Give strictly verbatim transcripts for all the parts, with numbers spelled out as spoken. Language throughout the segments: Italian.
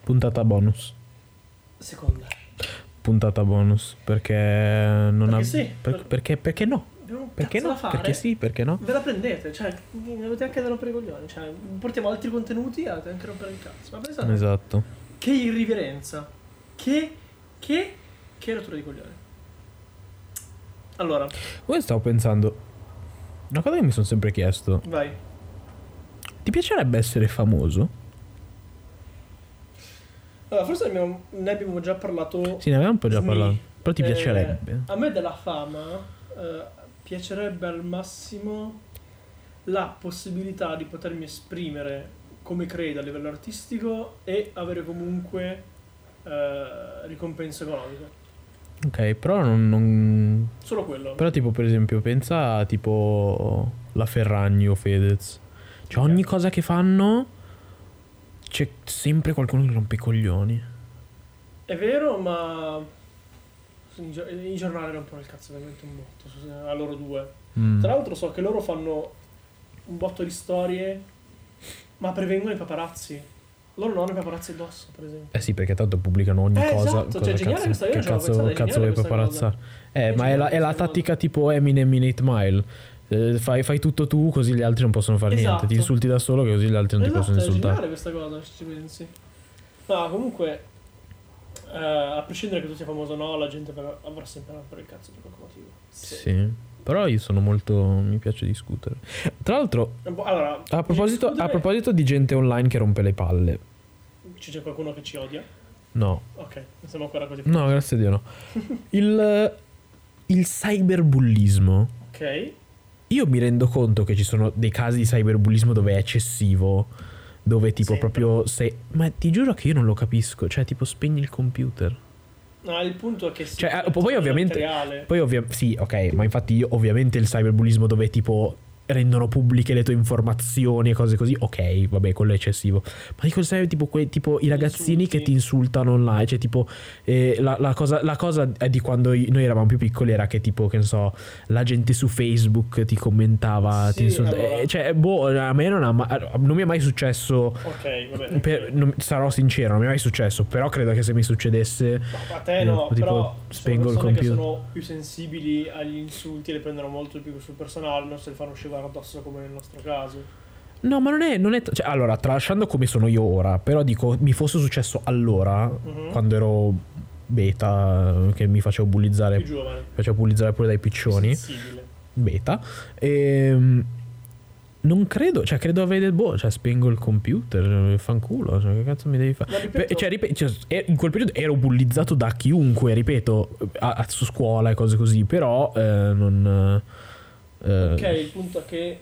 Puntata bonus. Seconda. Puntata bonus. Perché non Perché ha. sì, per- per- perché, perché no? Abbiamo un Perché cazzo no? da fare. Perché sì, perché no? Ve la prendete, cioè, ne avete anche da per i coglioni. Cioè, portiamo altri contenuti e avete anche rompere il cazzo. Ma pensate, Esatto. che irriverenza. Che, che, che rottura di coglioni. Allora, Poi stavo pensando. Una cosa che mi sono sempre chiesto. vai. Ti piacerebbe essere famoso? Allora, forse abbiamo- ne abbiamo già parlato. Sì, ne avevamo un po' già Sni. parlato. Però ti Eh, piacerebbe? A me della fama eh, piacerebbe al massimo la possibilità di potermi esprimere come credo a livello artistico e avere comunque eh, ricompense economiche. Ok, però non, non- Solo quello. Però tipo per esempio pensa a tipo la Ferragni o Fedez. Cioè ogni cosa che fanno c'è sempre qualcuno che rompe i coglioni. È vero, ma i, gio- i giornali rompono il cazzo veramente un botto su- a loro due. Mm. Tra l'altro so che loro fanno un botto di storie, ma prevengono i paparazzi. Loro non hanno i paparazzi addosso, per esempio. Eh sì, perché tanto pubblicano ogni Eh, cosa. esatto, cosa cioè, geniale cazzo, questa- io che non ci avevo cazzo, pensato, è cazzo vuoi geniale questa paparazzare? Eh, È ma è geniale la, è la questa cosa. tattica tipo Eminem in eight Mile. Eh, fai, fai tutto tu, così gli altri non possono fare niente. Esatto. Ti insulti da solo, che così gli altri non ti Esatto, possono è insultare. geniale questa cosa, se ci pensi. No, comunque, eh, a prescindere che tu sia famoso o no, la gente avrà, avrà sempre per il cazzo per qualche motivo. Sì. Però io sono molto. Mi piace discutere. Tra l'altro, Allora, a proposito, discutere- a proposito di gente online che rompe le palle. Ci c'è qualcuno che ci odia? No. Ok, non siamo ancora così. No, grazie a Dio no. Il, il cyberbullismo. Ok. Io mi rendo conto che ci sono dei casi di cyberbullismo dove è eccessivo, dove tipo Sempre. proprio sei. Ma ti giuro che io non lo capisco. Cioè tipo spegni il computer. No, il punto è che si Cioè, eh, tratta poi di ovviamente- materiale. Poi ovvio. Sì, ok, ma infatti io ovviamente il cyberbullismo dove tipo rendono pubbliche le tue informazioni e cose così, ok, vabbè, quello è eccessivo. Ma dico, sai, tipo, quei, tipo i ragazzini Insulti. che ti insultano online, cioè tipo eh, la, la cosa, la cosa è di quando i- noi eravamo più piccoli era che tipo, che ne so, la gente su Facebook ti commentava, Sì, ti insultava, allora. eh, cioè, boh, a me non, ha ma- non mi è mai successo. Ok, va bene. Per- non- sarò sincero, non mi è mai successo, però credo che se mi succedesse Ma a te no, eh, tipo, però ci sono spengo il persone che computer. sono più sensibili agli insulti e le prendono molto più sul personale, non se li fanno scivare addosso come nel nostro caso. No, ma non è, non è cioè, allora, tralasciando come sono io ora, però dico, mi fosse successo allora, Mhm. quando ero beta, che mi facevo bullizzare, Più giovane, mi facevo bullizzare pure dai più piccioni, sensibile. beta, e non credo, cioè credo avere, boh, cioè spengo il computer, fanculo, cioè, che cazzo mi devi fare? Ma ripeto- Cioè, ripeto, cioè, e- in quel periodo ero bullizzato da chiunque, ripeto, a, a- su scuola e cose così, però eh, non... eh, Ok, il punto è che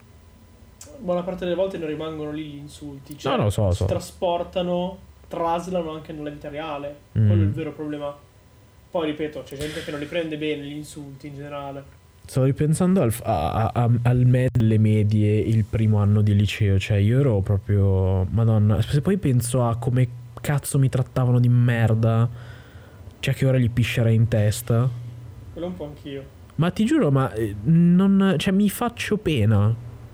buona parte delle volte non rimangono lì gli insulti, cioè No, no, so, si so. trasportano, traslano anche nella vita reale. Mm. Quello è il vero problema. Poi ripeto, c'è gente che non li prende bene gli insulti in generale. Stavo ripensando al, a- a- a- al me delle medie il primo anno di liceo, cioè io ero proprio, madonna, se poi penso a come cazzo mi trattavano di merda, cioè che ora gli piscerei in testa, Quello un po' anch'io. ma ti giuro, ma eh, non, cioè mi faccio pena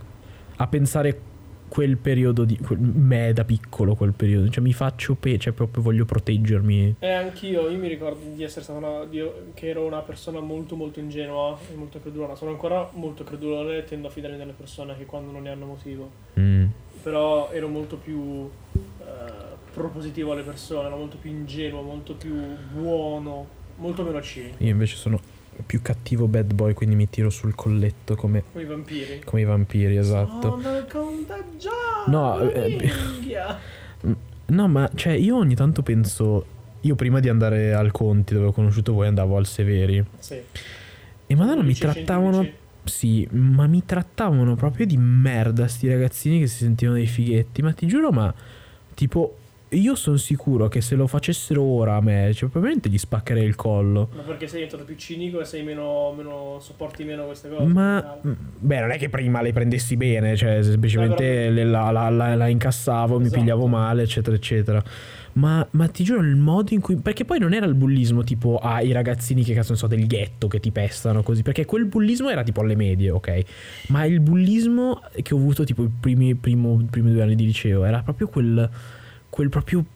a pensare quel periodo di, quel- me da piccolo quel periodo, cioè mi faccio pena, cioè proprio voglio proteggermi. E anch'io, io mi ricordo di essere stata una, di- che ero una persona molto molto ingenua e molto credulona. Sono ancora molto credulone e tendo a fidarmi delle persone che quando non ne hanno motivo. Mm. Però ero molto più eh, propositivo alle persone, ero molto più ingenuo, molto più buono, molto meno cinico. Io invece sono più cattivo bad boy, quindi mi tiro sul colletto come, Come i vampiri. come i vampiri, esatto. Sono contagiato! No, eh, minchia. No, ma cioè io ogni tanto penso, io prima di andare al Conti dove ho conosciuto voi andavo al Severi Sì. e madonna mi Licei trattavano, scientifici. sì, ma mi trattavano proprio di merda sti ragazzini che si sentivano dei fighetti, ma ti giuro, ma tipo io sono sicuro che se lo facessero ora a me, cioè probabilmente gli spaccherei il collo. Ma perché sei diventato più cinico e sei meno, meno sopporti meno queste cose? Ma in beh, non è che prima le prendessi bene, cioè semplicemente le- la, la- la- la incassavo, mi Esatto. pigliavo male, eccetera, eccetera. Ma, ma ti giuro, il modo in cui. Perché poi non era il bullismo tipo ah, i ragazzini che cazzo ne so del ghetto che ti pestano così. Perché quel bullismo era tipo alle medie, ok. Ma il bullismo che ho avuto tipo i primi, primo, primi due anni di liceo era proprio quel. Quel proprio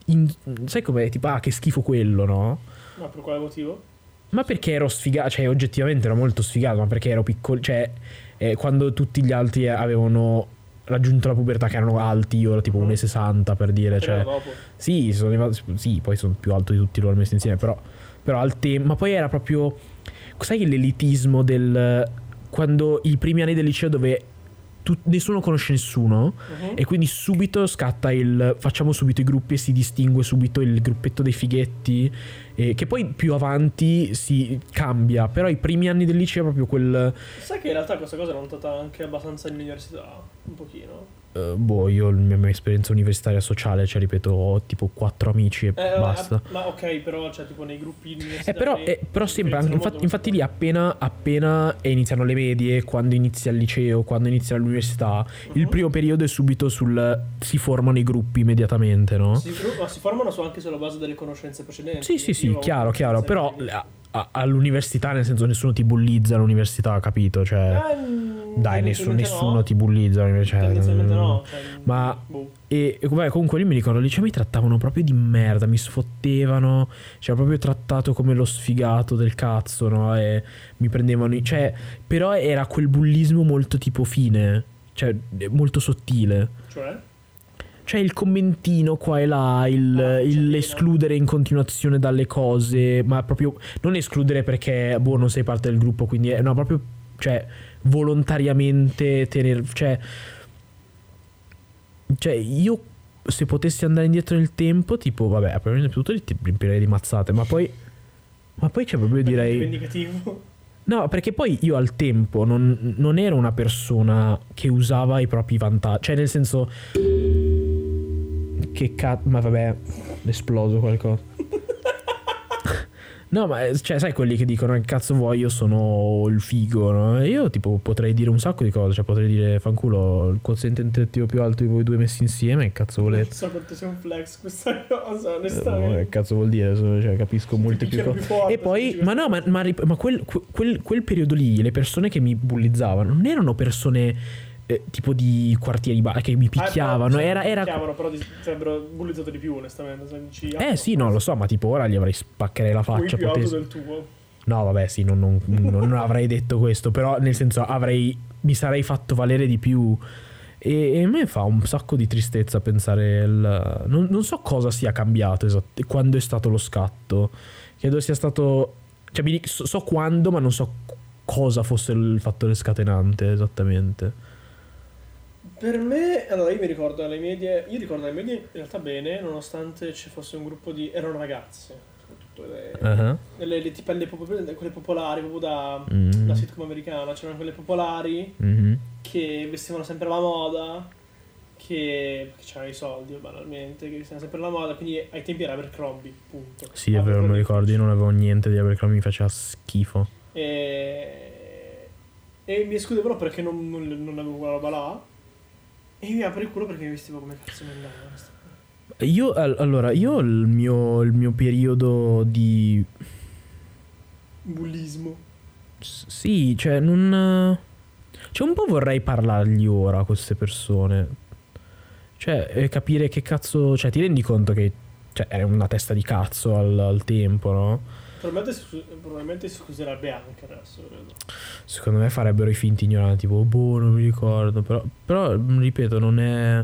in- sai com'è? Tipo, ah, che schifo quello, no? Ma per quale motivo? Ma perché ero sfigato, cioè oggettivamente ero molto sfigato, ma perché ero piccolo, cioè eh, quando tutti gli altri avevano raggiunto la pubertà, che erano alti, io ero tipo Mhm. uno e sessanta per dire, Però cioè dopo. sì, sono arrivato- sì, poi sono più alto di tutti loro messi insieme, però, però al tempo, ma poi era proprio, sai l'elitismo del, quando i primi anni del liceo dove tu- nessuno conosce nessuno, Mhm. e quindi subito scatta il facciamo subito i gruppi e si distingue subito il gruppetto dei fighetti, eh, che poi più avanti si cambia, però i primi anni del liceo è proprio quel Sai che in realtà questa cosa l'ho notata anche abbastanza all'università, un pochino. eh, boh, io la mia, mia esperienza universitaria sociale, cioè ripeto, ho tipo quattro amici e Eh, basta. Ma, ma ok, però cioè tipo nei gruppi universitari. Eh, però, eh, però sempre anche, differenziano infatti, molto infatti lì appena, appena iniziano le medie, quando inizia il liceo, quando inizia l'università, il Mhm. primo periodo è subito sul si formano i gruppi immediatamente, no? Si, ma si formano su- anche sulla base delle conoscenze precedenti. Sì, sì, sì, Io ho chiaro, chiaro, conoscenze però di- a- a- all'università, nel senso, nessuno ti bullizza all'università, capito? Cioè, Eh, mm, dai, nessuno, tendenzialmente nessuno no. ti bullizza all'università. Cioè, Tendenzialmente no. cioè, Ma boh. E e, vabbè, comunque io mi ricordo, al liceo mi trattavano proprio di merda, mi sfottevano, cioè proprio trattato come lo sfigato del cazzo, no? E mi prendevano, i- cioè, però era quel bullismo molto tipo fine, cioè molto sottile. Cioè? Cioè il commentino qua e là, il, Ah, il cialino. escludere in continuazione dalle cose, ma proprio non escludere perché, boh, non sei parte del gruppo, quindi, è- no, proprio, cioè, volontariamente tenere, cioè, cioè io se potessi andare indietro nel tempo, tipo, vabbè, prima di tutto ti riempirei di mazzate, ma poi, ma poi c'è proprio direi... Vendicativo. No, perché poi io al tempo non, non ero una persona che usava i propri vantaggi. Cioè, nel senso. Che cazzo. Ma vabbè, è esploso qualcosa. No, ma cioè, sai quelli che dicono che cazzo vuoi, io sono il figo, no? E io tipo potrei dire un sacco di cose. Cioè, potrei dire, fanculo, il quoziente intellettivo più alto di voi due messi insieme, che cazzo Non volete? so quanto sia un flex questa cosa, Eh, onestamente. che cazzo vuol dire? Cioè, capisco Ti molte più picchiano cose. più forte, E poi, se dici ma no, ma, ma rip- ma quel, quel- quel periodo lì, le persone che mi bullizzavano non erano persone eh, tipo di quartieri ba- che mi picchiavano. Ah, però, era, sì, era picchiavano, però ti sarebbero bullizzato di più, onestamente. Se dici, ah, Eh no, sì, no, lo so, ma tipo ora gli avrei spaccherei la Poi faccia. più alto potessi- del tuo. No, vabbè, sì, non, non- non- non avrei detto questo, però nel senso avrei, mi sarei fatto valere di più. E, e a me fa un sacco di tristezza pensare il, non, non so cosa sia cambiato esatt- quando è stato lo scatto. Credo sia stato, cioè mi dic- so, so quando, ma non so cosa fosse il fattore scatenante esattamente. Per me, allora io mi ricordo alle medie, io ricordo alle medie in realtà bene, nonostante ci fosse un gruppo di, erano ragazze, soprattutto le, Ah, le, le tipelle popolari, quelle popolari, proprio da, mm, da sitcom americana, c'erano quelle popolari mhm. che vestivano sempre la moda, che, che c'erano i soldi banalmente, che vestivano sempre la moda, quindi ai tempi era Abercrombie, punto. Sì, è vero, me lo ricordo, io non avevo niente di Abercrombie, mi faceva schifo. E, e mi escludevano perché non, non, non avevo quella roba là. E mi apre il culo perché mi vestivo come cazzo mi andava. onestamente. Io, al- allora, io il mio, il mio periodo di... Bullismo. s- Sì, cioè non... Cioè un po' vorrei parlargli ora a queste persone. Cioè, eh, capire che cazzo... Cioè, ti rendi conto che... Cioè, era una testa di cazzo al, al tempo, no? Probabilmente, si- probabilmente si scuserebbe anche adesso, credo. Secondo me farebbero i finti ignoranti, tipo, boh, non mi ricordo. Però, però mm, ripeto, non è...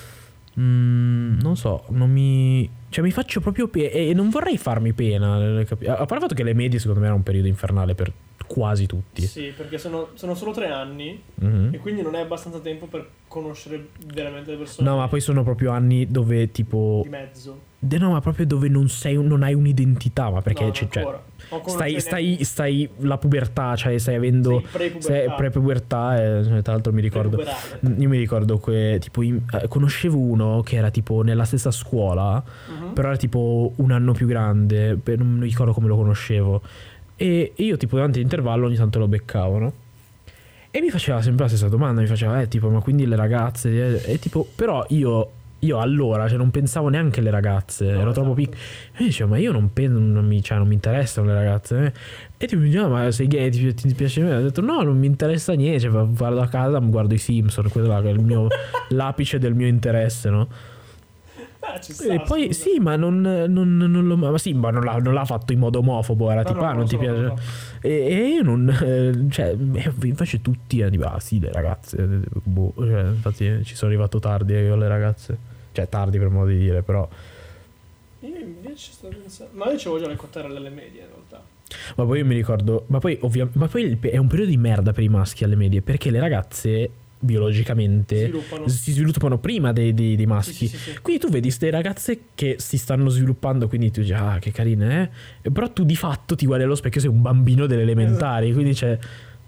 mm, non so, non mi... Cioè, mi faccio proprio pena. E non vorrei farmi pena. capi- A a parte il fatto che le medie, secondo me, era un periodo infernale per quasi tutti. Sì, perché sono, sono solo tre anni Mhm. e quindi non è abbastanza tempo per conoscere veramente le persone No, ma poi sono proprio anni dove tipo... di mezzo. De- No, ma proprio dove non sei, un- non hai un'identità, ma perché No, c'è- cioè, ancora. O come stai, non c'è stai, neanche- stai la pubertà, cioè stai avendo Sì, pre-pubertà. sei pre-pubertà e cioè, tra l'altro mi ricordo Pre-puberale. io mi ricordo que, tipo in- eh, conoscevo uno che era tipo nella stessa scuola, Mhm. però era tipo un anno più grande, per- non mi ricordo come lo conoscevo. E e io tipo davanti all'intervallo ogni tanto lo beccavo, no? E mi faceva sempre la stessa domanda, mi faceva, eh, tipo, ma quindi le ragazze? E, e tipo, però io, io allora, cioè, non pensavo neanche alle ragazze, No, ero troppo esatto. piccolo. E io dicevo, ma io non penso, non mi, cioè, non mi interessano le ragazze. eh. E tipo, mi diceva, ma sei gay, ti, ti piace me? Ho detto, no, non mi interessa niente, cioè, vado a casa, mi guardo i Simpson, quello là, che è il mio, l'apice del mio interesse, no? Ah, ci sta, E poi scusa. sì, ma non, non, non lo ma sì, ma non l'ha, non l'ha fatto in modo omofobo, era No, tipo, no, ah, non non lo ti so, non piace. lo so. E, e io non, eh, cioè, eh, invece tutti erano tipo, ah sì, le ragazze, eh, boh, cioè, infatti ci sono arrivato tardi io alle ragazze, cioè tardi per modo di dire, però. Io invece sto pensando... Ma io c'avevo già le cottarelle alle medie, in realtà. Ma poi io mi ricordo, ma poi ovviamente, ma poi il- è un periodo di merda per i maschi alle medie, perché le ragazze biologicamente Sviluppano. si sviluppano prima dei, dei- dei Sì, maschi. sì, sì, sì. Quindi tu vedi queste ragazze che si stanno sviluppando, quindi tu dici, ah, che carine, eh? E però tu di fatto ti guardi allo specchio, sei un bambino delle elementari, quindi c'è.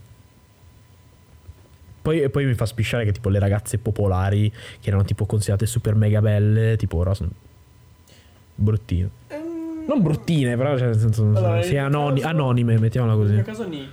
Poi, e poi mi fa spisciare che tipo le ragazze popolari, che erano tipo considerate super mega belle, tipo ora sono bruttine. Ehm, Non bruttine, però cioè, nel senso, Allora, sì, in anoni- caso- anonime, mettiamola Nel così. mio caso ni.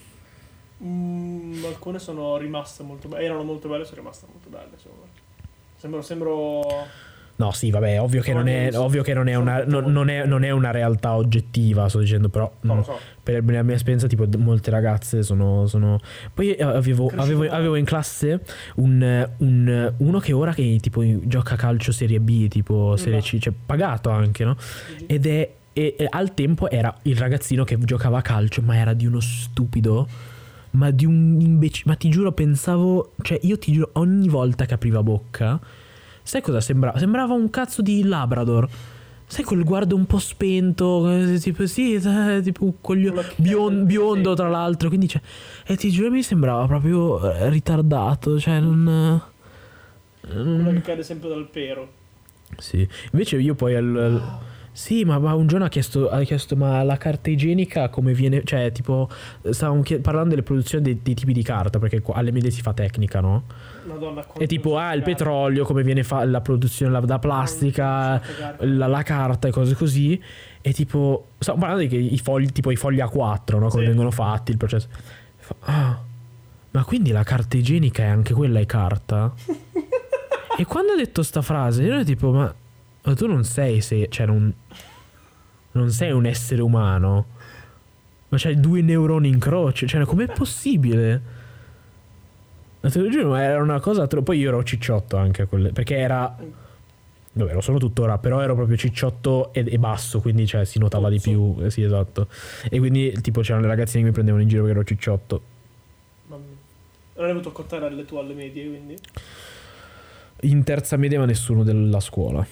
Mm, alcune sono rimaste molto belle. Erano molto belle, sono rimaste molto belle. Insomma. Sembro, sembro. No, sì, vabbè, ovvio che non è, ovvio che non è, una, non, non è, non è una realtà oggettiva, sto dicendo, però No, mh, lo so. per la mia esperienza, tipo, d- molte ragazze sono. sono... Poi eh, avevo, Cresciuto avevo, male. avevo in classe un, un- uno che ora che tipo gioca a calcio Serie B, tipo Serie C, cioè pagato anche, no? Ed è. E, e al tempo era il ragazzino che giocava a calcio, ma era di uno stupido. Ma di un imbecille. Ma ti giuro, pensavo. Cioè, io ti giuro, ogni volta che apriva bocca. Sai cosa sembrava? Sembrava un cazzo di Labrador. Sai quel guardo un po' spento, eh, tipo sì, eh, tipo coglio, Quello che- bion- biondo sì. tra l'altro, quindi cioè, e ti giuro mi sembrava proprio eh, ritardato, cioè non. Quello che cade sempre dal pero. Sì, invece io poi al, al- sì, ma, ma un giorno ha chiesto, ha chiesto ma la carta igienica come viene, cioè tipo stavamo chie- parlando delle produzioni dei, dei tipi di carta, perché qua alle medie si fa tecnica, no? Madonna, quanto E tipo, ah, il cade. petrolio, come viene fa- la produzione la- da plastica, la, la carta e cose così. E tipo, stiamo parlando di che i fogli, tipo i fogli A quattro, no? Come Sì. vengono fatti, il processo. Fa, ah, ma quindi la carta igienica è anche quella è carta? E quando ho detto sta frase, io ero tipo, ma, ma tu non sei se, cioè non, non sei un essere umano, ma c'hai due neuroni in croce, cioè com'è possibile? Ma te lo giuro, ma era una cosa troppo. Poi io ero cicciotto anche a quelle, perché era, vabbè, lo sono tuttora, però ero proprio cicciotto e, e basso, quindi cioè si notava di Tozzo. più, eh, sì, esatto. E quindi tipo c'erano le ragazzine che mi prendevano in giro perché ero cicciotto. Mamma mia. Non hai avuto cottarelle tu alle medie, quindi. In terza media ma nessuno della scuola.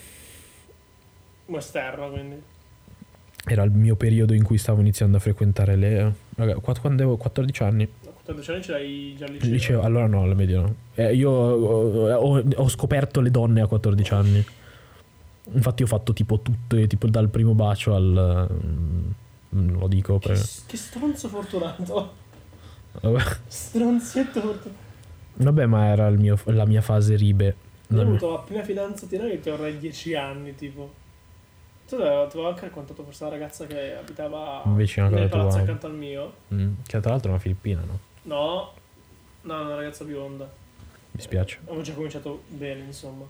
Ma esterna, quindi. Era il mio periodo in cui stavo iniziando a frequentare le. Raga, quatt- quando avevo quattordici anni. A quattordici anni ce l'hai già al Il liceo. liceo, allora no, alle medie no. Eh, io ho, ho- ho scoperto le donne a quattordici anni. Infatti ho fatto tipo tutto, eh, tipo dal primo bacio al. mm, Non lo dico Che, perché. che stronzo fortunato. Vabbè, Stronzetto fortunato. vabbè, ma era il mio- la mia fase ribe. Io La ho mia- avuto la prima fidanzatina che ti avrei dieci anni, tipo. Tu ti avevo anche raccontato questa ragazza che abitava Vicino a casa nel palazzo tua. accanto al mio? Mm, che tra l'altro è una filippina, no? No, no, una ragazza bionda. Mi spiace. Avevo già cominciato bene, insomma.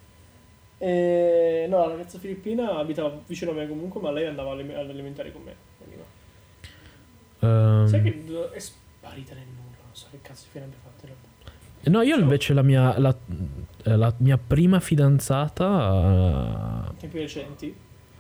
E no, la ragazza filippina abitava vicino a me comunque, ma lei andava alle, alle elementari con me. Quindi no. Ehm, Sai che è sparita nel nulla, non so che cazzo fine abbia fatto in realtà. No, io invece la mia. La, eh, la mia prima fidanzata. eh, Tempi recenti.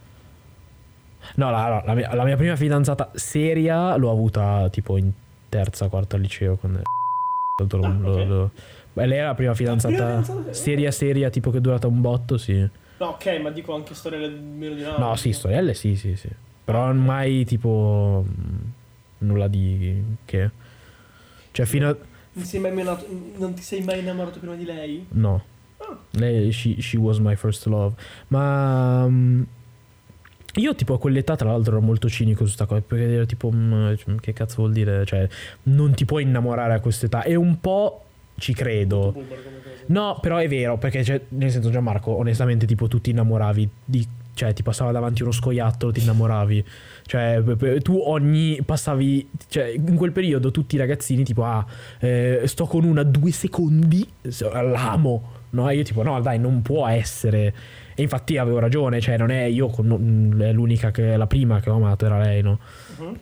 No, la, la mia, la mia prima fidanzata seria l'ho avuta tipo in terza, quarta al liceo. Quando lo, Ah, lo- ok. lo- Beh, lei era la prima fidanzata prima fidanzata? seria, seria, tipo che è durata un botto, sì. No, ok, ma dico anche storie meno di No, sì, sorelle, sì, sì, sì. Però mai tipo mh, nulla di che. Cioè, fino a. Non ti sei mai, innamorato- non ti sei mai innamorato prima di lei? No. Ah. Lei, she, she was my first love. Ma. mh, io tipo a quell'età tra l'altro ero molto cinico su sta cosa, perché ero tipo "Mm, che cazzo vuol dire, cioè non ti puoi innamorare a quest'età e un po' ci credo. Molto boomer come cosa. No, però è vero, perché cioè, nel senso Gianmarco, onestamente tipo tu ti innamoravi di, cioè ti passava davanti uno scoiattolo, ti innamoravi. Cioè p- p- tu ogni passavi, cioè in quel periodo tutti i ragazzini tipo ah, eh, sto con una due secondi, so- l'amo. No, e io tipo no, dai, non può essere. E infatti avevo ragione, cioè non è io con, non- è l'unica che la prima che ho amato era lei, no? Mhm.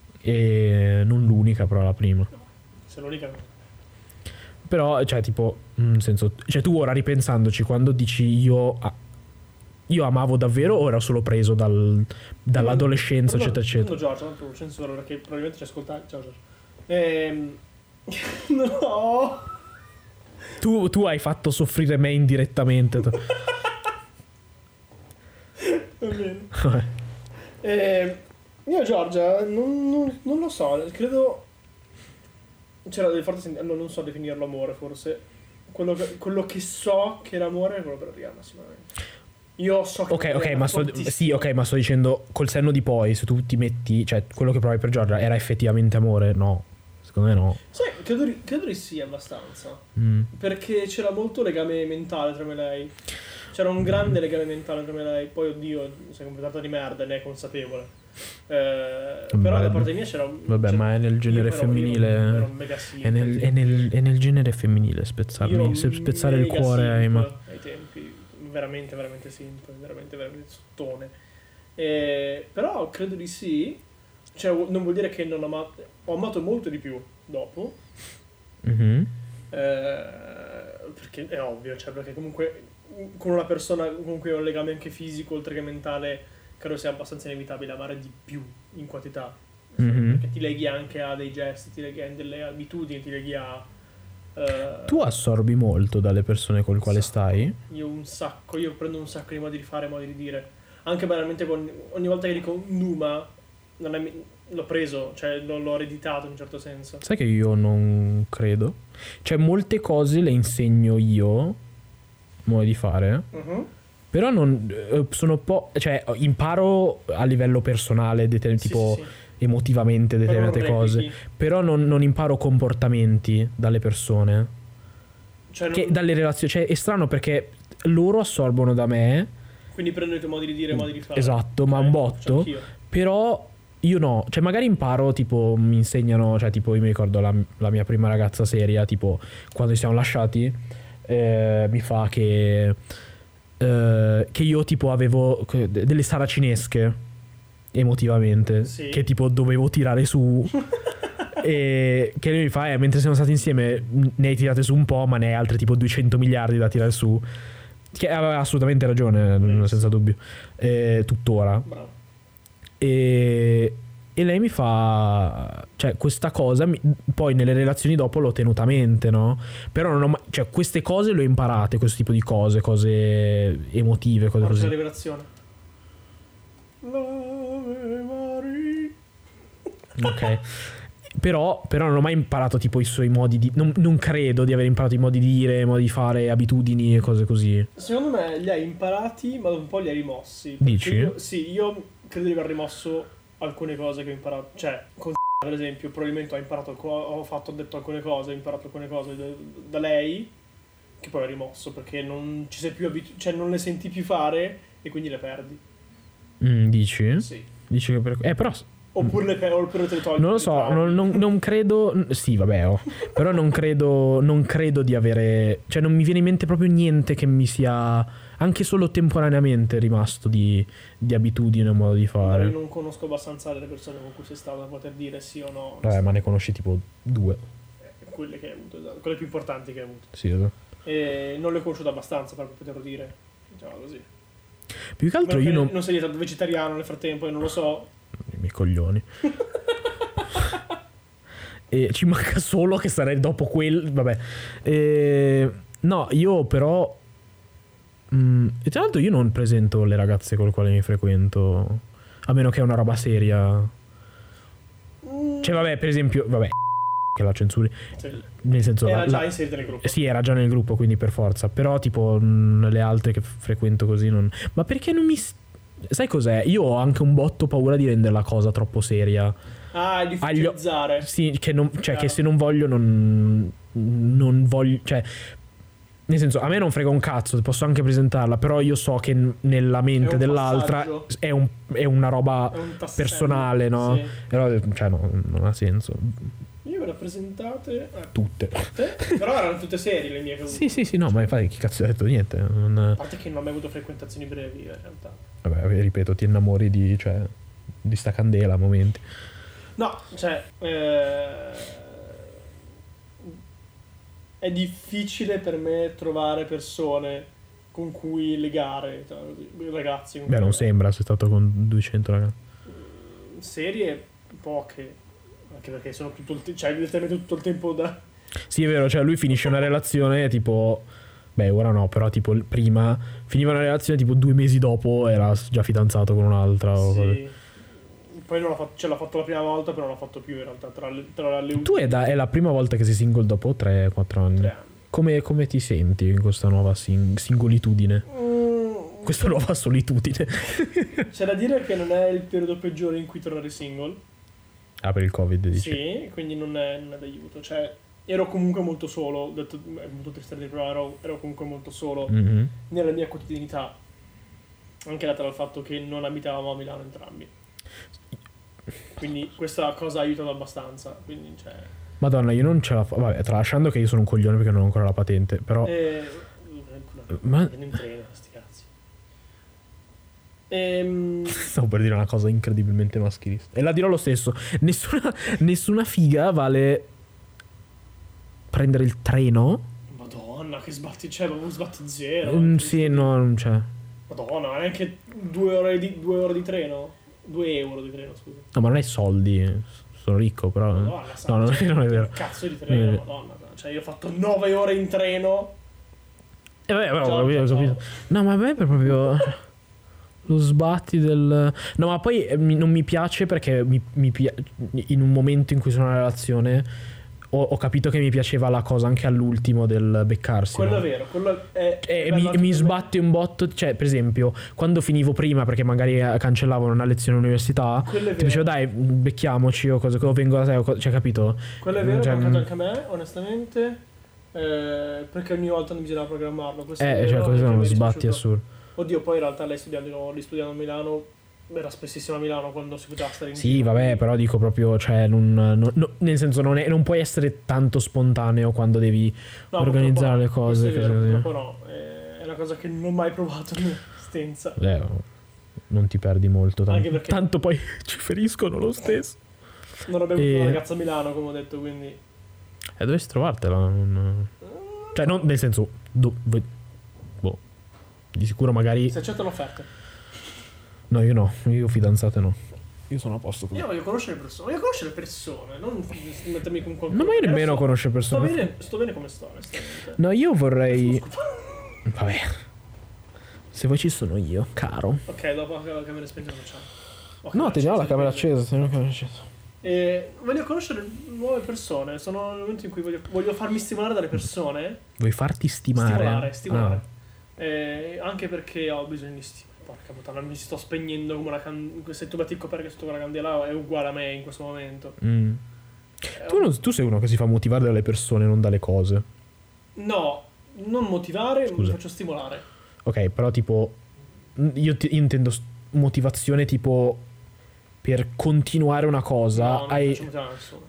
E non l'unica, però la prima. Se l'unica. Però, cioè, tipo, nel senso, cioè tu ora ripensandoci, quando dici io, ah, io amavo davvero o ero solo preso dal, dall'adolescenza, no, eccetera, eccetera? No, Giorgio, non tu censura perché probabilmente ci ascoltai. Ciao, Giorgio. Ehm... no. Tu, tu hai fatto soffrire me indirettamente. Va bene. ehm, io, Giorgia, non, non, non lo so, credo... C'era delle forti sen- no, non so definirlo amore, forse. Quello che, quello che so che era amore è quello per Rihanna, sicuramente. Io so che Ok, ok, ma sto, sì, ok, ma sto dicendo col senno di poi, se tu ti metti, cioè quello che provi per Giorgia era effettivamente amore? No, secondo me no. Sì, credo di, credo di sì, abbastanza. Mm. Perché c'era molto legame mentale tra me e lei. C'era un grande legame mentale tra me e lei. Poi, oddio, sei comportata di merda, ne è consapevole. Eh, però da parte mia c'era un... Vabbè, c'era, ma è nel genere io ero- femminile. io ero un mega È nel, è, nel, è nel genere femminile spezzarmi, se- spezzare il cuore ai ma. ai tempi, veramente, veramente simple, veramente, veramente sottone. Eh, però credo di sì. Cioè, non vuol dire che non ho amato... Ho amato molto di più dopo. Mhm. Eh, perché è ovvio, cioè, perché comunque con una persona con cui ho un legame anche fisico oltre che mentale credo sia abbastanza inevitabile amare di più in quantità. Mhm. Perché ti leghi anche a dei gesti, ti leghi a delle abitudini, ti leghi a eh, Tu assorbi molto dalle persone con le quali sacco. stai? Io un sacco, io prendo un sacco di modi di fare, modi di dire. Anche banalmente con, ogni volta che dico Numa non è, mi- l'ho preso, cioè l'ho, l'ho ereditato in un certo senso. Sai che io non credo. Cioè, molte cose le insegno io, modi di fare. Mhm. Però non eh, sono po'. Cioè, imparo a livello personale, deter- Sì, tipo sì, sì. emotivamente determinate Però non cose. replichi. Però non, non imparo comportamenti dalle persone. Cioè, Che non- dalle relazioni. Cioè, è strano perché loro assorbono da me. quindi prendo i tuoi modi di dire e modi di fare. Esatto, ma Ok, un faccio botto. anch'io. Però io no. Cioè, magari imparo, tipo, mi insegnano. Cioè, tipo, io mi ricordo la, la mia prima ragazza seria, tipo, quando ci siamo lasciati, eh, mi fa che. eh, che io, tipo, avevo que- delle saracinesche emotivamente. Sì. Che, tipo, dovevo tirare su. E che lui mi fa, eh, mentre siamo stati insieme, ne hai tirate su un po', ma ne hai altri, tipo, duecento miliardi da tirare su. Che aveva assolutamente ragione, senza dubbio. Eh, tuttora. Bravo. E, e lei mi fa, cioè, questa cosa mi- poi nelle relazioni dopo l'ho tenuta a mente, no? Però non ho mai, cioè, queste cose le ho imparate, questo tipo di cose, cose emotive, cose Porta la così. rivelazione. L'Ave Maria. Ok. Però, però non ho mai imparato tipo i suoi modi di. Non, non credo di aver imparato i modi di dire, modi di fare, abitudini e cose così. Secondo me li hai imparati, ma dopo un po' li hai rimossi. Perché Dici? Io, sì, io credo di aver rimosso alcune cose che ho imparato. Cioè, con per esempio, probabilmente ho imparato, alco- ho fatto, ho detto alcune cose, ho imparato alcune cose da, da lei, che poi ho rimosso perché non ci sei più abituato, cioè non le senti più fare e quindi le perdi. Mm, dici? Sì. Dici che per. Eh, però. Oppure le perdi, oppure te le togli. Non lo le so, traumi. non, non- non credo. Sì, vabbè, oh. Però non credo. Non credo di avere. Cioè, non mi viene in mente proprio niente che mi sia anche solo temporaneamente rimasto di, di abitudine o modo di Io fare. non conosco abbastanza le persone con cui sei stato da poter dire sì o no. Vabbè, ma ne conosci tipo due. Eh, Quelle che hai avuto, esatto, quelle più importanti che hai avuto. Sì, esatto. E non le ho conosciute abbastanza per poterlo dire. Diciamo così. Più che altro Meno io che non. non sei diventato vegetariano nel frattempo e non lo so. I miei coglioni. E ci manca solo che sarei dopo quel. Vabbè. E, no, io però. mm, e tra l'altro io non presento le ragazze con le quali mi frequento. A meno che è una roba seria. Cioè, vabbè, per esempio. Vabbè. Che la censuri. Sì. Nel senso. Era la- già la- inserita nel gruppo. Sì, era già nel gruppo, quindi per forza. Però, tipo, mh, le altre che frequento così non. Ma perché non mi. s- Sai cos'è? Io ho anche un botto paura di rendere la cosa troppo seria. Ah, di Agli o- utilizzare. Sì, che, non, cioè, Chiaro. che se non voglio, non. Non voglio. Cioè. Nel senso, a me non frega un cazzo, posso anche presentarla, però io so che n- nella mente È un dell'altra passaggio. è, un- è una roba È un tassello. personale, no? Sì. Però, cioè, no, non ha senso. Io ve le ho presentate. Eh, Tutte. tutte, però erano tutte serie le mie che ho avuto. Sì, sì, sì, no, ma infatti chi cazzo ha detto niente? Non- A parte che non ho mai avuto frequentazioni brevi, in realtà. Vabbè, ripeto, ti innamori di, cioè, di sta candela a momenti. No, cioè. eh, è difficile per me trovare persone con cui legare, cioè, ragazzi. Beh, non sembra, sei stato con duecento ragazzi. Serie poche, anche perché sono tutto il, te- cioè, letteralmente tutto il tempo da... Sì, è vero, cioè lui finisce una relazione tipo... Beh, ora no, però tipo il- prima finiva una relazione tipo due mesi dopo era già fidanzato con un'altra. O cose. Sì. Poi non l'ha fatto, ce l'ha fatto la prima volta, però non l'ha fatto più in realtà tra le, tra le Tu è, da, è la prima volta che sei single dopo tre quattro anni. tre anni. Come, come ti senti in questa nuova sing- singolitudine? Mm, Questa nuova solitudine. c'è da dire che non è il periodo peggiore in cui tornare single. Ah, per il Covid dici? Sì, quindi non è, non è d'aiuto. Cioè, ero comunque molto solo, detto, è molto triste da dire, però ero, ero comunque molto solo Mhm. nella mia quotidianità. Anche data dal fatto che non abitavamo a Milano entrambi. Quindi questa cosa ha aiutato abbastanza. Quindi, cioè... Madonna, io non ce la faccio. Vabbè, tralasciando che io sono un coglione perché non ho ancora la patente, però... Eh, Ma- Viene in treno, sti cazzi. Ehm, Stavo per dire una cosa incredibilmente maschilista. E la dirò lo stesso. Nessuna, nessuna figa vale prendere il treno. Madonna, che sbatti, cioè, proprio sbatti zero. Mm, sì, no, non c'è. Madonna, ma neanche due ore di, due ore di treno? Due euro di treno, scusa. No, ma non è soldi. Sono ricco, però. Madonna, No, non è, non è vero. Cazzo di treno, Eh. madonna. Cioè, io ho fatto nove ore in treno. Eh, beh, però, Ciao, ho capito, ho ciao. capito. No, ma a me è proprio. Lo sbatti del. No, ma poi eh, mi- non mi piace perché mi, mi pia- in un momento in cui sono in una relazione. Ho, ho capito che mi piaceva la cosa anche all'ultimo del beccarsi. Quello no? è vero, quello è... E è mi, bello mi anche sbatte un botto, cioè per esempio quando finivo prima perché magari eh, cancellavano una lezione all'università, Quello è ti dicevo vero. dai becchiamoci o cosa, o vengo da te, o co- cioè capito? Quello è vero, Cioè, è mancato mm, anche a me, onestamente. eh, perché ogni volta non bisognava programmarlo. Questo è Eh, vero, cioè anche questo a è me uno è sbatti dispiaciuto. assurdo. Oddio, poi in realtà lei studiando, lì studiando a Milano era spessissimo a Milano quando si poteva stare in Sì, giro. vabbè, però dico proprio, cioè non, non- no, nel senso non, è- non puoi essere tanto spontaneo quando devi No, organizzare le purtroppo no. cose. Questo è che- vero, purtroppo no. Eh, È una cosa che non ho mai provato nella mia esistenza. Eh, non ti perdi molto, tanto, Anche perché- tanto poi ci feriscono lo stesso. Non abbiamo E- avuto una ragazza a Milano, come ho detto, quindi... E dovresti trovartela. non- Cioè, non nel senso, do- boh, di sicuro magari. Si accettano offerte. No, io no, io fidanzate no. Io sono a posto così. Io voglio conoscere le persone, voglio conoscere le persone, non mettermi con qualcuno. No, ma io nemmeno Adesso conosco persone. Sto bene, sto bene come sto, onestamente. No, io vorrei. Scusa. Vabbè. Se vuoi ci sono io, caro. Ok, dopo la camera spenta lo facciamo. Ok, No, teniamo la camera accesa. accesa, teniamo la camera accesa. E voglio conoscere nuove persone. Sono nel momento in cui voglio, voglio farmi stimolare dalle persone. Vuoi farti stimare? Stimolare, stimolare. Ah. Eh, anche perché ho bisogno di stimoli. Porca puttana, mi sto spegnendo come una candela. Se tu metti il coperchio sotto quella candela è uguale a me in questo momento. Mm. Eh, Tu, non- tu sei uno che si fa motivare dalle persone, non dalle cose. No, non motivare, Scusa. mi faccio stimolare. Ok, però tipo. Io, ti- io intendo s- motivazione tipo. Per continuare una cosa. No, non hai- faccio motivare nessuno.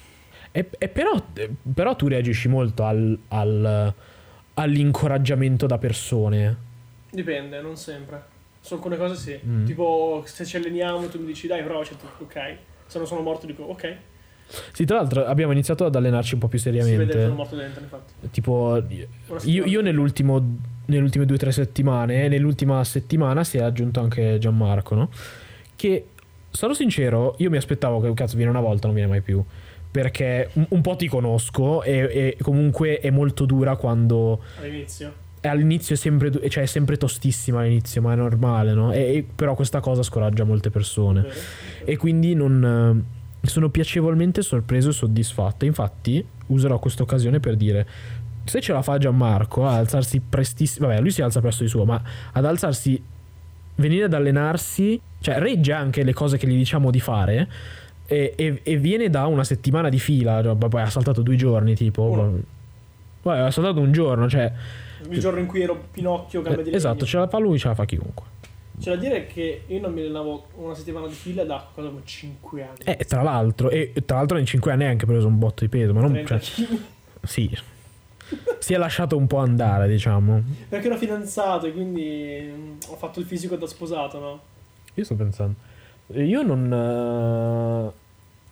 E, e però, eh, però tu reagisci molto al, al- all'incoraggiamento da persone. Dipende, non sempre. Su alcune cose sì. Mm. Tipo, se ci alleniamo, tu mi dici dai, provaci, tu, ok. Se non sono morto, dico ok. Sì, tra l'altro abbiamo iniziato ad allenarci un po' più Si vede che seriamente. sono morto dentro, infatti. Tipo, Una io, settimana. io nell'ultimo, nelle ultime due o tre settimane, nell'ultima settimana si è aggiunto anche Gianmarco, no? Che, sarò sincero, io mi aspettavo che cazzo viene una volta, non viene mai più. Perché un, un po' ti conosco e, e comunque è molto dura quando... All'inizio. E all'inizio è sempre, du- cioè è sempre tostissima all'inizio, ma è normale, no? E, e- però questa cosa scoraggia molte persone. Vero? E quindi non eh, sono piacevolmente sorpreso e soddisfatto. Infatti userò questa occasione per dire, se ce la fa Gianmarco a alzarsi prestissimo, vabbè lui si alza presto di suo, ma ad alzarsi, venire ad allenarsi, cioè regge anche le cose che gli diciamo di fare e, e- e viene da una settimana di fila, cioè, poi ha saltato due giorni tipo. Uno. Poi ha saltato un giorno, cioè Il giorno in cui ero Pinocchio, gambe di eh, legno. esatto, ce la fa lui, ce la fa chiunque. C'è da dire che io non mi allenavo una settimana di fila da cosa come cinque anni. E tra l'altro, e tra l'altro in cinque anni hai anche preso un botto di peso, ma non trenta cioè, chili. sì. Si è lasciato un po' andare, diciamo. Perché ero fidanzato e quindi mm, ho fatto il fisico da sposato, no? Io sto pensando. Io non. eh,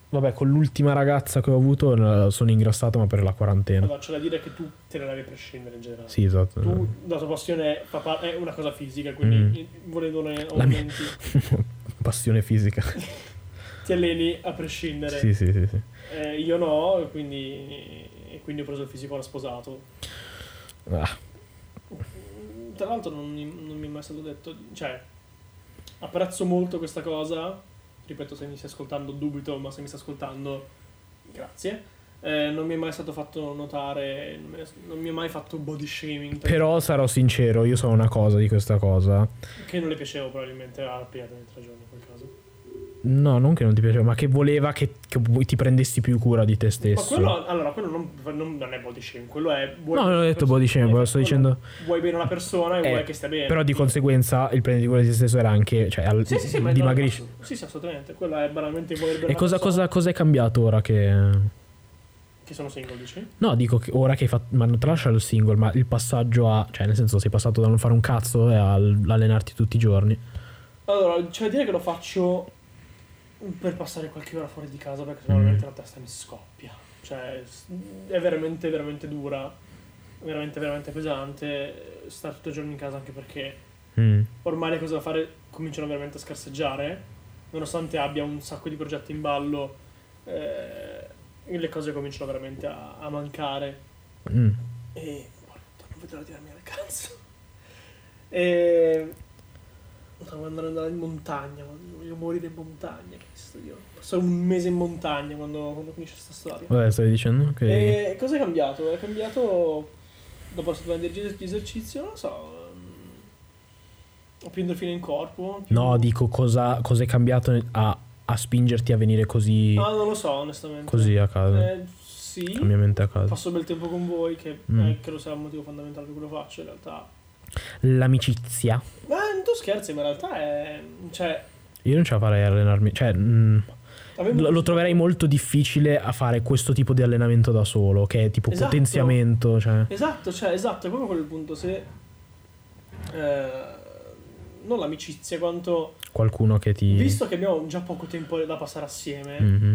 vabbè, con l'ultima ragazza che ho avuto eh, sono ingrassato, ma per la quarantena. Allora, c'è da dire che tu te ne devi prescindere in generale. Sì, esatto. Tu, la tua passione fa par- è una cosa fisica, quindi mm. volendone La mia aumenti, passione fisica. ti alleni a prescindere. Sì, sì, sì, sì. Eh, io no, e quindi, e quindi ho preso il fisico da sposato. Ah. Tra l'altro non mi, non mi è mai stato detto, cioè, apprezzo molto questa cosa, ripeto, se mi stai ascoltando dubito, ma se mi stai ascoltando, grazie. Eh, non mi è mai stato fatto notare, non, me, non mi è mai fatto body shaming. Però sarò sincero, io so una cosa di questa cosa. Che non le piacevo probabilmente a Pietro nei tre giorni in quel caso. No, non che non ti piaceva, ma che voleva che, che ti prendessi più cura di te stesso. Ma quello, allora, quello non, non, non è body shaming, quello è... No, non ho detto body shaming, lo sto dicendo... Vuoi bene una persona e eh, vuoi che stia bene. Però di conseguenza il prendere cura di te stesso era anche... Cioè, al, sì, sì, sì, dimagrisci. No, sì, sì, assolutamente. Quello è banalmente voler bene E una cosa, persona. cosa, cosa è cambiato ora che... Che sono single, dici? No, dico che ora che hai fatto... Ma non tralascia il single, ma il passaggio a... Cioè, nel senso, sei passato da non fare un cazzo e all'allenarti tutti i giorni. Allora, c'è da dire che lo faccio per passare qualche ora fuori di casa, perché sennò Mm. veramente la testa mi scoppia. Cioè, è veramente, veramente dura, veramente, veramente pesante stare tutto il giorno in casa, anche perché Mm. ormai le cose da fare cominciano veramente a scarseggiare, nonostante abbia un sacco di progetti in ballo, eh, le cose cominciano veramente a, a mancare. Mm. E non vedo l'ora di tirarmi al cazzo. E stavo andando in montagna, voglio morire in montagna. Io passo un mese in montagna quando, quando finisce questa storia. Vabbè, stavi dicendo che... E cosa è cambiato? È cambiato dopo la settimana di esercizio, non lo so. Ho più endorfine in corpo. Più... No, dico cosa, cosa è cambiato a, a spingerti a venire così... Ah, non lo so, onestamente. Così a casa. Eh, sì. Cambiamento a casa. Passo bel tempo con voi, che Mm. eh, credo sia il motivo fondamentale per cui lo faccio, in realtà. L'amicizia. Ma tu scherzi, ma in realtà è... Cioè... Io non ce la farei a allenarmi. Cioè, mm, avevo- lo, lo troverei molto difficile a fare questo tipo di allenamento da solo, che è tipo Esatto. potenziamento. Cioè. Esatto, cioè, esatto, è proprio quello il punto. Se... Eh, non l'amicizia, quanto... Qualcuno che ti... Visto che abbiamo già poco tempo da passare assieme... Mhm.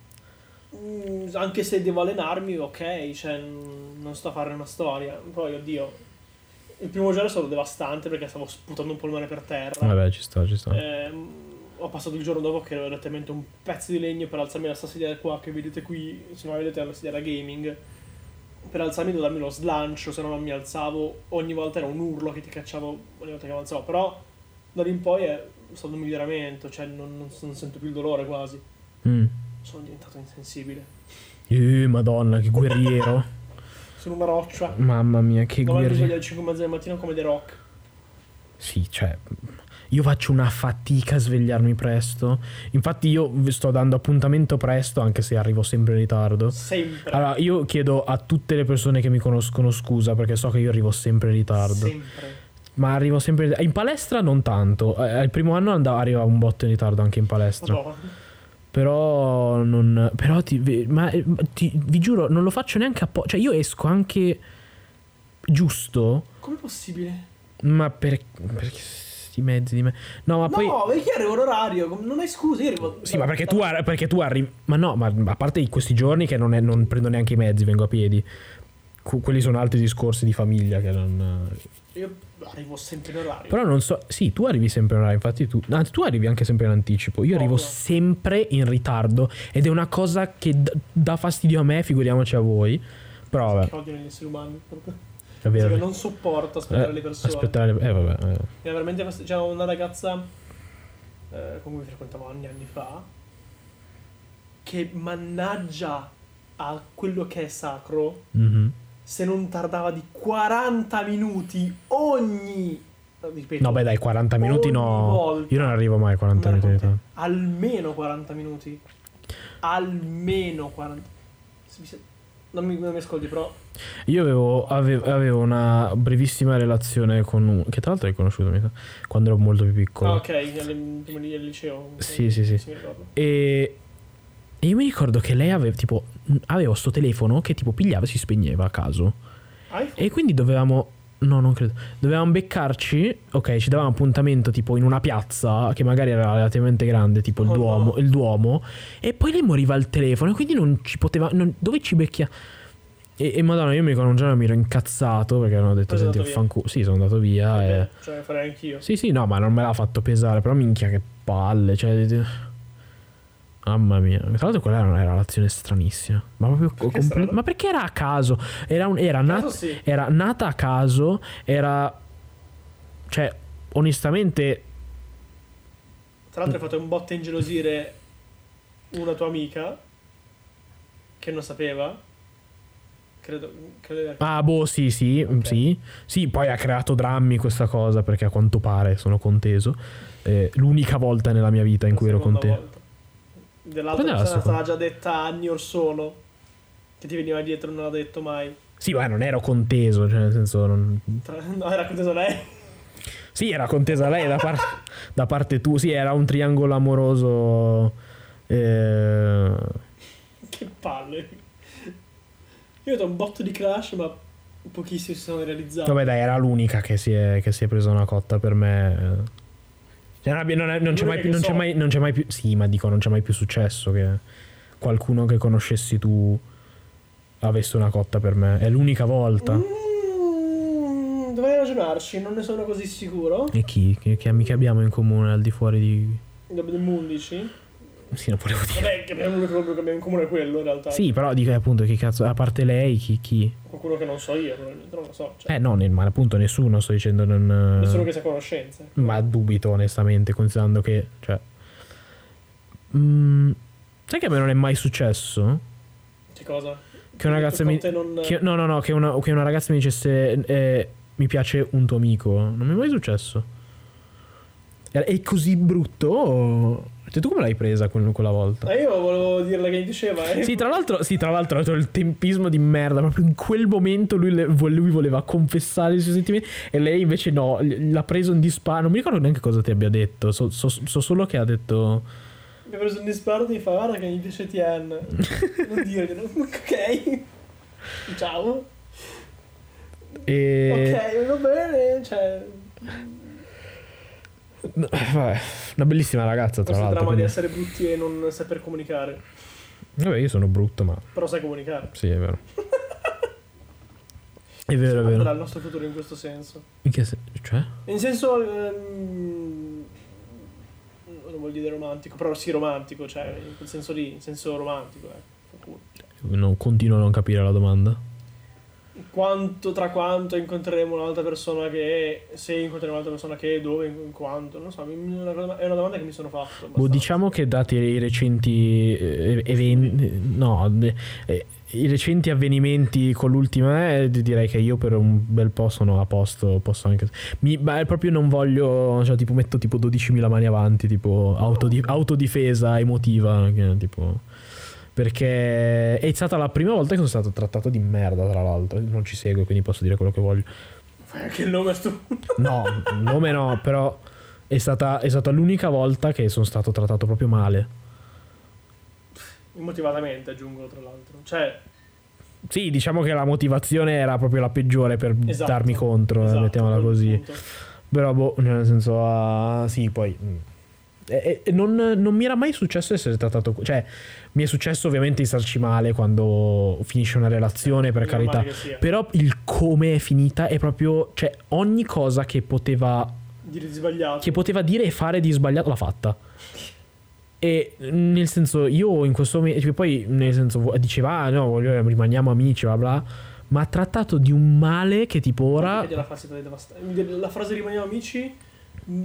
Mm, anche se devo allenarmi, ok, cioè mm, non sto a fare una storia. Poi, oddio, il primo giorno è stato devastante perché stavo sputando un polmone per terra. Vabbè, ci sta, ci sta. Ehm, ho passato il giorno dopo che ero direttamente un pezzo di legno per alzarmi da sta sedia qua che vedete qui, se non la vedete è una sedia da gaming. Per alzarmi devo darmi lo slancio, se no non mi alzavo. Ogni volta era un urlo che ti cacciavo ogni volta che avanzavo. Però da lì in poi è stato un miglioramento, cioè non, non, non sento più il dolore quasi. Mm. Sono diventato insensibile. Eh, Madonna, che guerriero. Sono una roccia. Mamma mia, che Non mi sveglio guerriero. alle cinque e mezza del mattino come The Rock. Sì, cioè, io faccio una fatica a svegliarmi presto. Infatti io vi sto dando appuntamento presto, anche se arrivo sempre in ritardo. Sempre. Allora, io chiedo a tutte le persone che mi conoscono scusa, perché so che io arrivo sempre in ritardo. Sempre. Ma arrivo sempre in in palestra non tanto. Eh, il primo anno andavo, arrivavo un botto in ritardo anche in palestra. Madonna. Però non però ti, vi- ma eh, ti- vi giuro non lo faccio neanche a po', cioè io esco anche giusto, Com'è possibile? ma per, perché sti mezzi di me. No, ma poi No, perché arrivo in orario? com- Non hai scuse, io arrivo... sì, ma perché tu, arri- perché tu arrivi. Ma no, ma a parte di questi giorni che non, è- non prendo neanche i mezzi, vengo a piedi. Cu- quelli sono altri discorsi di famiglia che non. Io arrivo sempre in orario. Però non so. Sì, tu arrivi sempre in orario. Infatti, tu. Anzi, tu arrivi anche sempre in anticipo. Io arrivo Ovvio. sempre in ritardo. Ed è una cosa che d- dà fastidio a me, figuriamoci a voi. Però vabbè, Che odiano gli esseri umani. proprio. è vero. Perché non sopporto aspettare Eh, le persone. Aspettare. Eh, vabbè. eh. È veramente fast- c'era una ragazza eh, con cui frequentavo anni e anni fa, che mannaggia a quello che è sacro, Mhm. se non tardava di quaranta minuti ogni... ripeto, No, beh, dai, quaranta minuti ogni no. volta. Io non arrivo mai a quaranta Andare minuti. con in te. Almeno quaranta minuti. Almeno quaranta. Se mi se- Non mi, non mi ascolti, però. Io avevo, avevo, avevo una brevissima relazione con un. Che tra l'altro hai conosciuto, mi sa, quando ero molto più piccolo. Ah, ok, alle- prima di- al liceo. Sì, sì, sì. mi ricordo. E, e io mi ricordo che lei aveva tipo aveva sto telefono che tipo pigliava e si spegneva a caso. iPhone? E quindi dovevamo No, non credo. Dovevamo beccarci. Ok, ci davamo appuntamento tipo in una piazza che magari era relativamente grande, tipo il Oh, Duomo, no. il Duomo. E poi lei moriva al telefono. E quindi non ci poteva. non- dove ci becchia? E, e madonna, io mi ricordo un giorno mi ero incazzato perché hanno detto: Poi sei senti, andato via. affanculo. Sì, sono andato via. Eh, E... Cioè, farei anch'io. Sì, sì, no, ma non me l'ha fatto pesare. Però minchia, che palle. Cioè. Mamma mia. Tra l'altro, quella era una relazione stranissima. Ma proprio. Perché comple- strana? Ma perché era a caso? Era, un- era, nat- Caso sì. era nata a caso. Era. Cioè, onestamente. Tra l'altro hai fatto un botto ingelosire una tua amica che non sapeva. Credo, credo Ah, boh, sì, sì, Ok. sì. Sì, poi ha creato drammi questa cosa perché a quanto pare sono conteso. Eh, l'unica volta nella mia vita in la cui ero seconda conteso. volta. Dell'altra Quando è la persona seconda? stava già detta anni or sono. Che ti veniva dietro e non l'ha detto mai. Sì, ma non ero conteso, cioè nel senso. Non... Tra- No, era conteso lei. Sì, era contesa lei da, par- da parte tua. Sì, era un triangolo amoroso. Eh... Che palle. Io ho dato un botto di crash, ma pochissimi si sono realizzati. Vabbè, dai, era l'unica che si è, che si è presa una cotta per me. Cioè, non, abbia- non è- non c'è mai più. Non c'è mai, non c'è mai più. Sì, ma dico, non c'è mai più successo che qualcuno che conoscessi tu avesse una cotta per me. È l'unica volta. Mm, dovrei ragionarci, non ne sono così sicuro. E chi? Che, che amiche abbiamo in comune al di fuori di. Dopo del undici. Sì, non volevo dire. Vabbè, che abbiamo l'unico che abbiamo in comune è quello in realtà. Sì, però dico appunto che cazzo. A parte lei, chi? chi? Qualcuno che non so io, probabilmente, non lo so. Cioè, Eh no, ne- ma appunto nessuno, sto dicendo. Non, nessuno che sia conoscenze. Ma dubito onestamente, considerando che. Cioè. Mm, sai che a me non è mai successo? Che cosa? Che una ragazza Con mi. te non... Che, no, no, no, che una, che una ragazza mi dicesse. eh, mi piace un tuo amico. Non mi è mai successo. È, è così brutto. Cioè, tu come l'hai presa quel- quella volta? Ma io volevo dirle che mi piaceva. Eh. Sì, tra l'altro, sì, tra l'altro, il tempismo di merda. Proprio in quel momento lui, le- lui voleva confessare i suoi sentimenti e lei invece no. L'ha preso in disparo. Non mi ricordo neanche cosa ti abbia detto. So, so- so solo che ha detto. Mi ha preso un disparo e mi fa guarda che mi piace Tien. Non dirglielo. Ok. Ciao. E... Ok, va bene. Cioè, No, vabbè, una bellissima ragazza, tra questo l'altro. dramma di quindi- essere brutti e non saper comunicare. Vabbè, io sono brutto, ma Però sai comunicare. sì, è vero. È vero, è Sarà vero. il nostro futuro in questo senso. In che sen- Cioè? In senso... ehm, non voglio dire romantico, però sì romantico, cioè in quel senso lì, in senso romantico, eh. Non, continuo a non capire la domanda. Quanto, tra quanto incontreremo un'altra persona che se incontreremo un'altra persona che dove, in quanto, non so, mi- mi- è una cosa- è una domanda che mi sono fatto. Boh, abbastanza. diciamo che dati i recenti eh, eventi, no, de- eh, i recenti avvenimenti con l'ultima, eh, direi che io per un bel po' sono a posto, posso anche. Mi, beh, proprio non voglio, cioè, tipo, metto tipo dodicimila mani avanti, tipo autodi- autodifesa emotiva, che, tipo. Perché è stata la prima volta che sono stato trattato di merda, tra l'altro. Non ci segue, quindi posso dire quello che voglio. Fai anche il nome a sto... No, il nome no, però è stata, è stata l'unica volta che sono stato trattato proprio male. Immotivatamente, aggiungo tra l'altro. Cioè, Sì, diciamo che la motivazione era proprio la peggiore per esatto, darmi contro, eh, esatto, mettiamola quel così. punto. Però, boh, nel senso, ah, sì, poi. mm. E, e non, non mi era mai successo essere trattato. Cioè, mi è successo ovviamente di starci male quando finisce una relazione, per È normale carità. che sia. Però il come è finita è proprio. Cioè, ogni cosa che poteva. Dire di sbagliato. Che poteva dire e fare di sbagliato l'ha fatta. E nel senso, io in questo momento. Cioè, poi, nel senso, diceva, ah, no, voglio, rimaniamo amici, bla bla. Ma ha trattato di un male che tipo ora. Perché la frase devastante. La frase rimaniamo amici mh,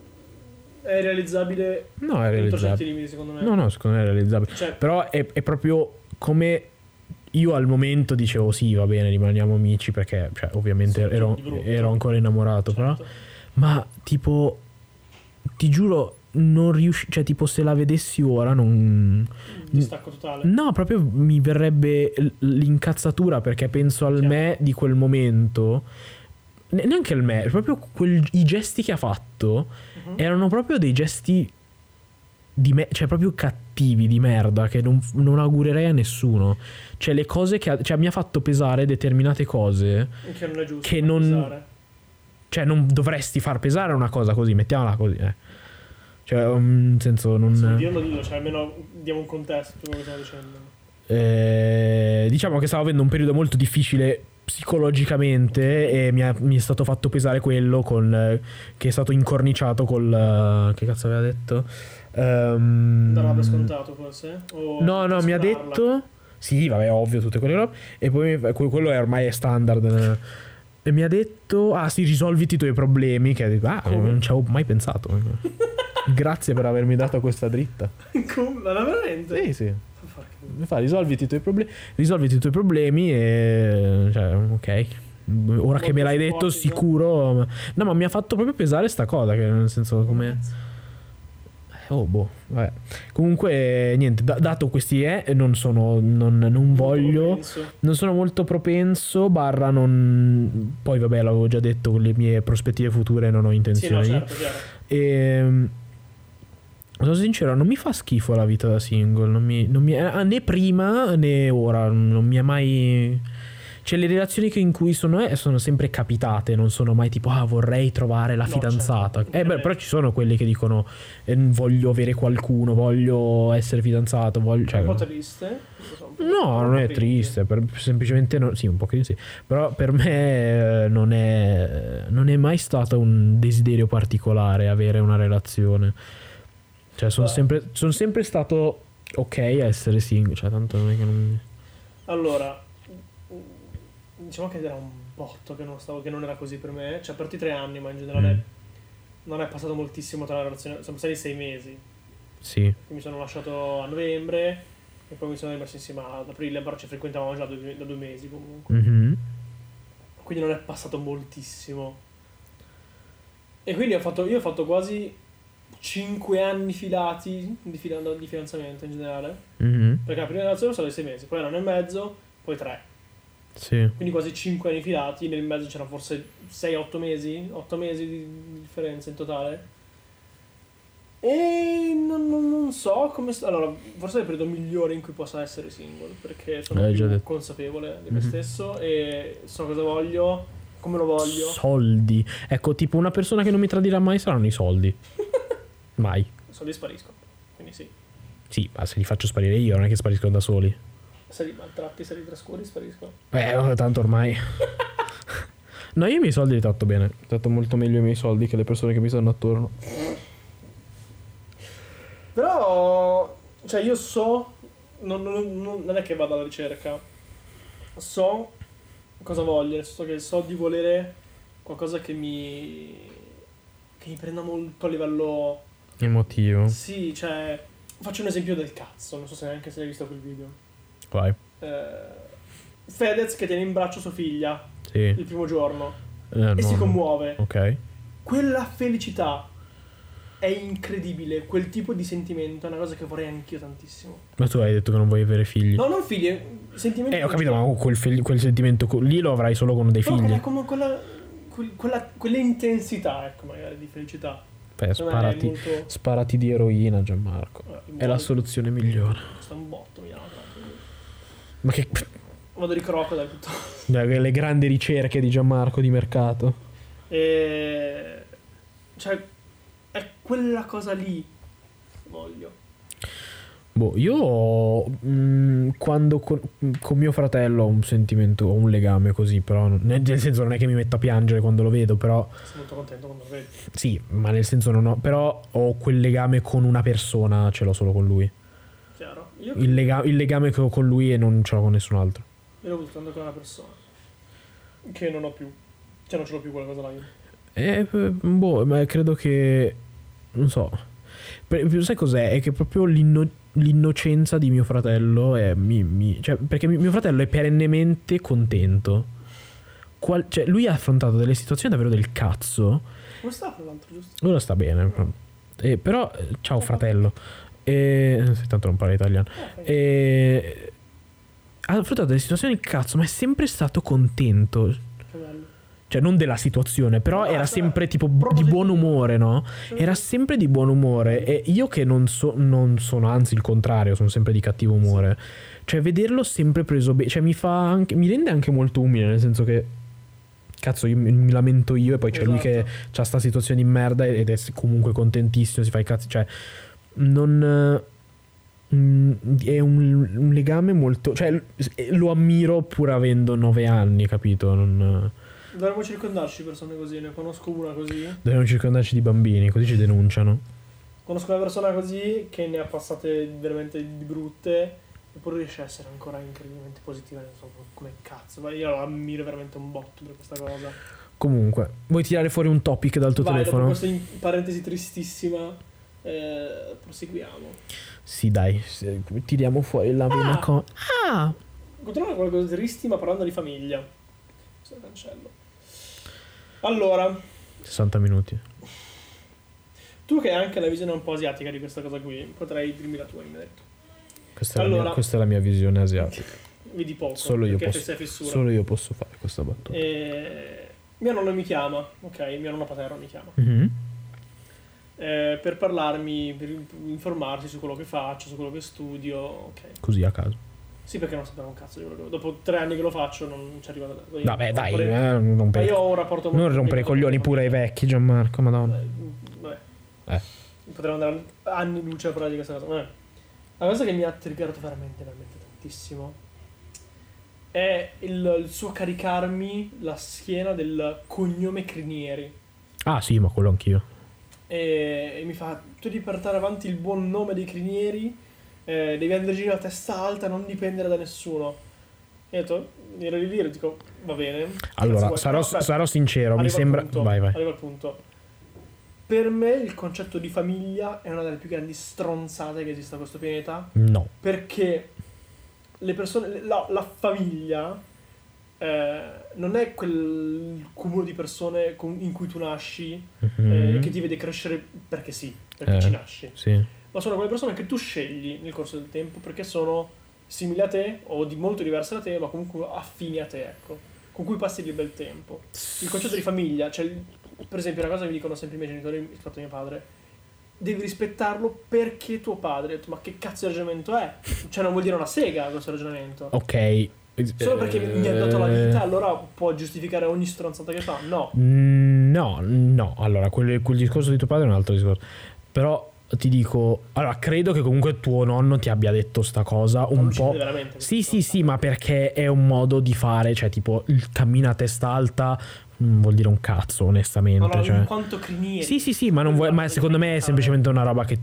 è realizzabile No, è entro certi realizzabile. limiti, secondo me. No, no, secondo me è realizzabile. Cioè, Però è, è proprio come io al momento dicevo sì, va bene, rimaniamo amici perché cioè, ovviamente Sì, ero, di brutto. ero ancora innamorato, però. certo. Ma tipo, ti giuro, non riusci- cioè tipo se la vedessi ora non... Distacco totale. No, proprio mi verrebbe l- l'incazzatura perché penso al Chiaro. me di quel momento. Ne- neanche il me, proprio quel- i gesti che ha fatto Mhm. erano proprio dei gesti di me, cioè proprio cattivi di merda che non, non augurerei a nessuno. Cioè le cose che ha, cioè, mi ha fatto pesare determinate cose Che non è giusto. che non, pesare. cioè non dovresti far pesare una cosa così, mettiamola così, eh. Cioè, um, nel senso non... Sì, dirlo, dillo, cioè almeno diamo un contesto per quello che stiamo dicendo. Eh, diciamo che stavo avendo un periodo molto difficile psicologicamente e mi, ha, mi è stato fatto pesare quello con, eh, che è stato incorniciato col... eh, che cazzo aveva detto? Um, Darà per scontato forse? O no, no, mi ha sperarla? detto... Sì, vabbè, ovvio, tutte quelle robe. E poi quello è ormai è standard. eh. E mi ha detto... Ah sì, risolviti i tuoi problemi. Che ah, Come? non ci avevo mai pensato. Grazie per avermi dato questa dritta. Come? Ma veramente? Sì, sì. Fa che- Mi fa risolviti i tuoi problemi, risolviti i tuoi problemi e cioè, ok. Ora che me l'hai detto supporti, no? sicuro. No, ma mi ha fatto proprio pesare sta cosa, che nel senso come oh boh, vabbè. Comunque niente, da- dato questi è non sono non, non voglio Penso. non sono molto propenso barra non poi vabbè, l'avevo già detto, con le mie prospettive future non ho Sì, no, intenzioni. certo, chiaro. E sono sincero, non mi fa schifo la vita da single, non mi, non mi- eh, né prima né ora, non mi è mai... Cioè le relazioni che in cui sono eh, sono sempre capitate, non sono mai tipo ah vorrei trovare la No, fidanzata. certo. Eh beh, però ci sono quelli che dicono eh, voglio avere qualcuno, voglio essere fidanzato, voglio... Cioè, Un po' triste. no, non è triste, per- semplicemente no, sì, un pochino sì. Però per me eh, non è non è mai stato un desiderio particolare avere una relazione. Cioè sono Beh. sempre sono sempre stato ok a essere single, cioè tanto non è che non... Allora, diciamo che era un botto che non, stavo, che non era così per me. Cioè, per i tre anni, ma in generale Mm. non è passato moltissimo tra la relazione. Sono passati sei mesi. Sì. Quindi mi sono lasciato a novembre e poi mi sono rimesso insieme ad aprile, però ci frequentavamo già da due, da due mesi comunque. Mhm. Quindi non è passato moltissimo. E quindi ho fatto, io ho fatto quasi cinque anni filati di, fila- di fidanzamento in generale. Mhm. Perché la prima relazione sono stati sei mesi, poi un anno e mezzo, poi tre. Sì. Quindi quasi cinque anni filati, nel mezzo c'erano forse sei otto mesi, otto mesi di di differenza in totale. E non, non- non so come... st- Allora, forse è il periodo migliore in cui possa essere single, perché sono L'hai già più detto. consapevole di me Mhm. stesso e so cosa voglio, come lo voglio. Soldi. Ecco, tipo una persona che non mi tradirà mai saranno i soldi. Mai. I soldi spariscono, quindi sì. Sì, ma se li faccio sparire io, non è che spariscono da soli. Se li maltratti, se li trascuri, spariscono. Eh, oh, tanto ormai. No, io i miei soldi li tratto bene. Tratto molto meglio i miei soldi che le persone che mi stanno attorno. Però, cioè io so, non, non- non- non è che vado alla ricerca, so cosa voglio, nel senso che so di volere qualcosa che mi, che mi prenda molto a livello, Emotivo. sì, cioè, faccio un esempio del cazzo, non so se neanche se hai visto quel video. Vai. Eh, Fedez che tiene in braccio sua figlia Sì. il primo giorno Eh, e no, si no. commuove. Ok. Quella felicità è incredibile, quel tipo di sentimento è una cosa che vorrei anch'io tantissimo. Ma tu hai detto che non vuoi avere figli. No, non figli, sentimento. Eh, ho capito, ma quel, figli- quel sentimento co- lì lo avrai solo con dei Però figli. quella, come quella, quel- quella, quell'intensità, ecco, magari di felicità. Beh, Secondo me è sparati, molto- sparati di eroina, Gianmarco. eh, È la soluzione migliore. Costa un botto, mi dà tanto. Ma che... Vado di crocodile tutto. Le grandi ricerche di Gianmarco di mercato. E... Cioè, è quella cosa lì che voglio. Boh, io ho, mh, quando con, con mio fratello ho un sentimento, ho un legame così, però non- nel nel senso non è che mi metto a piangere quando lo vedo, però Sono molto contento quando lo vedi. sì, ma nel senso non ho, però ho quel legame con una persona, ce l'ho solo con lui. Chiaro? Io, Il, lega- il legame che ho con lui e non ce l'ho con nessun altro. io l'ho avuto tanto con una persona che non ho più. Cioè, non ce l'ho più quella cosa là io. Eh, eh, boh, ma credo che, non so, Per- sai cos'è? È che proprio l'inno- l'innocenza di mio fratello è, mi, mi- cioè, perché mi- mio fratello è perennemente contento. Qual- cioè, lui ha affrontato delle situazioni davvero del cazzo. Come sta tra l'altro, giusto? Ora sta bene, eh, però eh, ciao fratello. E, sì, tanto non parla italiano. Ah, E, ha affrontato delle situazioni del cazzo, ma è sempre stato contento. che bello. Cioè non della situazione, però Ah, era cioè, sempre tipo proprio di di- buon umore, no? Era sempre di buon umore. E io che non, so, non sono, anzi il contrario, sono sempre di cattivo umore. Cioè vederlo sempre preso bene, cioè mi fa anche, mi rende anche molto umile, nel senso che cazzo io mi, mi lamento io e poi c'è lui che Esatto. ha sta situazione di merda ed è comunque contentissimo, si fa i cazzi, cioè non mm, è un, un legame molto, cioè lo ammiro pur avendo nove anni, capito? Non Dovremmo circondarci di persone così, ne conosco una così. dobbiamo circondarci di bambini, così ci denunciano. Conosco una persona così che ne ha passate veramente di brutte, eppure riesce a essere ancora incredibilmente positiva, non so come cazzo, ma io la ammiro veramente un botto per questa cosa. Comunque, vuoi tirare fuori un topic dal tuo Vai, dopo telefono? questa in- parentesi tristissima, eh, proseguiamo. Sì, dai, se- tiriamo fuori la vena Ah! con... Ah! Continuiamo con qualcosa di tristi, ma parlando di famiglia. Questo è il cancello. Allora, sessanta minuti. tu che hai anche la visione un po' asiatica di questa cosa qui, potrai dirmi la tua in merito. Questa, è la Allora. mia, questa è la mia visione asiatica. Vedi poco, Solo io, perché posso, sei fissura. solo io posso fare questa battuta. E... Mio nonno mi chiama, ok, mio nonno paterno mi chiama, Mhm. eh, per parlarmi, per informarsi su quello che faccio, su quello che studio, ok. Così a caso. Sì, perché non sapeva un cazzo di quello che... Dopo tre anni che lo faccio non ci arriva... io- Vabbè, dai, oppure- eh, non Ma rompere, io ho un rapporto non molto rompere i complicato coglioni con pure ai la vecchi, Gianmarco, madonna. famiglia. Vabbè. Eh. Potremmo andare anni luce a parlare di questa cosa. Vabbè. La cosa che mi ha triggerato veramente, veramente tantissimo è il, il suo caricarmi la schiena del cognome Crinieri. Ah sì, ma quello anch'io. E, e mi fa, tu devi portare avanti il buon nome dei Crinieri, eh, devi andare in giro a testa alta, non dipendere da nessuno. E ho detto, ero lì e dico, va bene. Allora, Cazzo, sarò, no, aspetta, sarò sincero, mi arrivo al sembra... punto, Vai, vai. Arrivo al punto. Per me il concetto di famiglia è una delle più grandi stronzate che esista a questo pianeta, No. perché le persone, la, la famiglia eh, non è quel cumulo di persone con- in cui tu nasci, Mhm. eh, che ti vede crescere perché sì, perché Eh. ci nasci, Sì. ma sono quelle persone che tu scegli nel corso del tempo perché sono simili a te o di molto diverse da te, ma comunque affini a te, ecco, con cui passi del bel tempo. Il concetto di famiglia, cioè, il- per esempio, una cosa che mi dicono sempre i miei genitori rispetto a mio padre: devi rispettarlo perché è tuo padre. Ho detto, ma che cazzo di ragionamento è? Cioè, non vuol dire una sega questo ragionamento. Ok. Solo perché mi ha dato la vita, allora può giustificare ogni stronzata che fa? No. Mm, No, no. Allora, quel, quel discorso di tuo padre è un altro discorso. Però ti dico, allora, credo che comunque tuo nonno ti abbia detto sta cosa un Non ci po'. crede veramente. Sì, sì, sì, ma perché è un modo di fare, cioè tipo il cammino a testa alta non vuol dire un cazzo, onestamente. Ma no, cioè. in quanto Crinieri. Sì, sì, sì, ma, non vuoi- ma secondo me è semplicemente una roba che,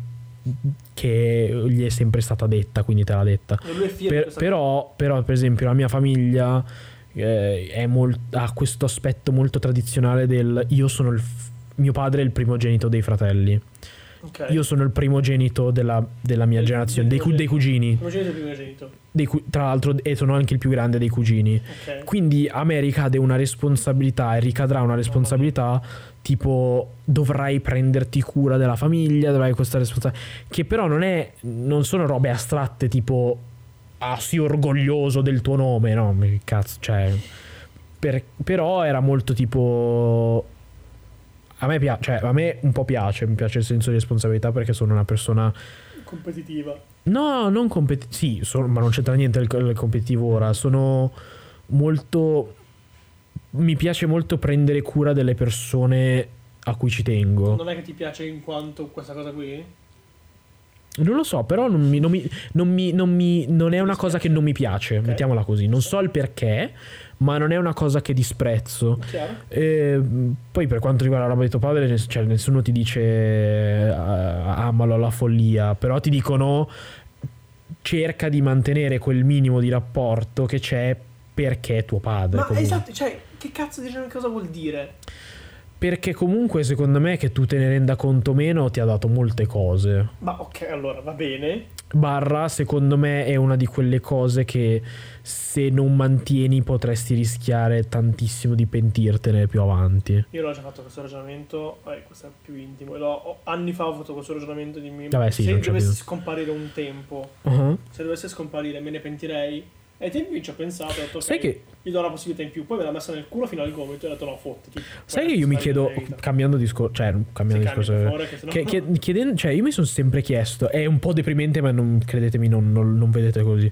che gli è sempre stata detta, quindi te l'ha detta. E lui è fiero di Per- questa però, però, per esempio, la mia famiglia eh, è mol- ha questo aspetto molto tradizionale del io sono il f- mio padre è il primogenito dei fratelli. cosa. Ok. Io sono il primogenito della, della mia Del- generazione, del dei, cu- dei cugini. Primogenito e primogenito. Dei cu- tra l'altro, e sono anche il più grande dei cugini. Ok. Quindi a me ricade una responsabilità e ricadrà una responsabilità tipo dovrai prenderti cura della famiglia, dovrai questa responsabilità che però non è non sono robe astratte tipo ah sii orgoglioso del tuo nome, no, che cazzo, cioè per- però era molto tipo a me piace, cioè a me un po' piace, mi piace il senso di responsabilità perché sono una persona Competitiva. no, non competitivo. Sì, sono- ma non c'entra niente il, il competitivo ora. Sono molto. Mi piace molto prendere cura delle persone a cui ci tengo. Non è che ti piace in quanto questa cosa qui? Non lo so, però non mi, non mi- non mi- non mi- non è una cosa che non mi piace, Ok. mettiamola così. Non so il perché, ma non è una cosa che disprezzo. Chiaro? E, poi per quanto riguarda la roba di tuo padre, ness- cioè, nessuno ti dice eh, amalo alla follia, però ti dicono cerca di mantenere quel minimo di rapporto che c'è perché è tuo padre. Ma comunque. esatto, cioè, che cazzo di cosa vuol dire? Perché comunque secondo me che tu te ne renda conto meno ti ha dato molte cose. Ma ok, allora va bene. Barra, secondo me è una di quelle cose che se non mantieni potresti rischiare tantissimo di pentirtene più avanti. Io l'ho già fatto questo ragionamento, vabbè, questo è più intimo. e l'ho- ho- anni fa ho fatto questo ragionamento di me. Vabbè, sì, se non c'è dovessi bisogno. scomparire un tempo, Uh-huh. se dovesse scomparire, me ne pentirei. E ai tempi ci ho pensato, ho detto, ok, Sai che- gli do una possibilità in più. Poi me l'ha messa nel culo fino al gomito e ho detto no, fottiti. Sai Poi che io mi stai chiedo, nella vita. cambiando discorso, cioè cambiando Sì, cambia, discorso, per favore, che sennò- che, che- chiedendo, cioè io mi sono sempre chiesto, è un po' deprimente ma non, credetemi, non, non, non vedete così.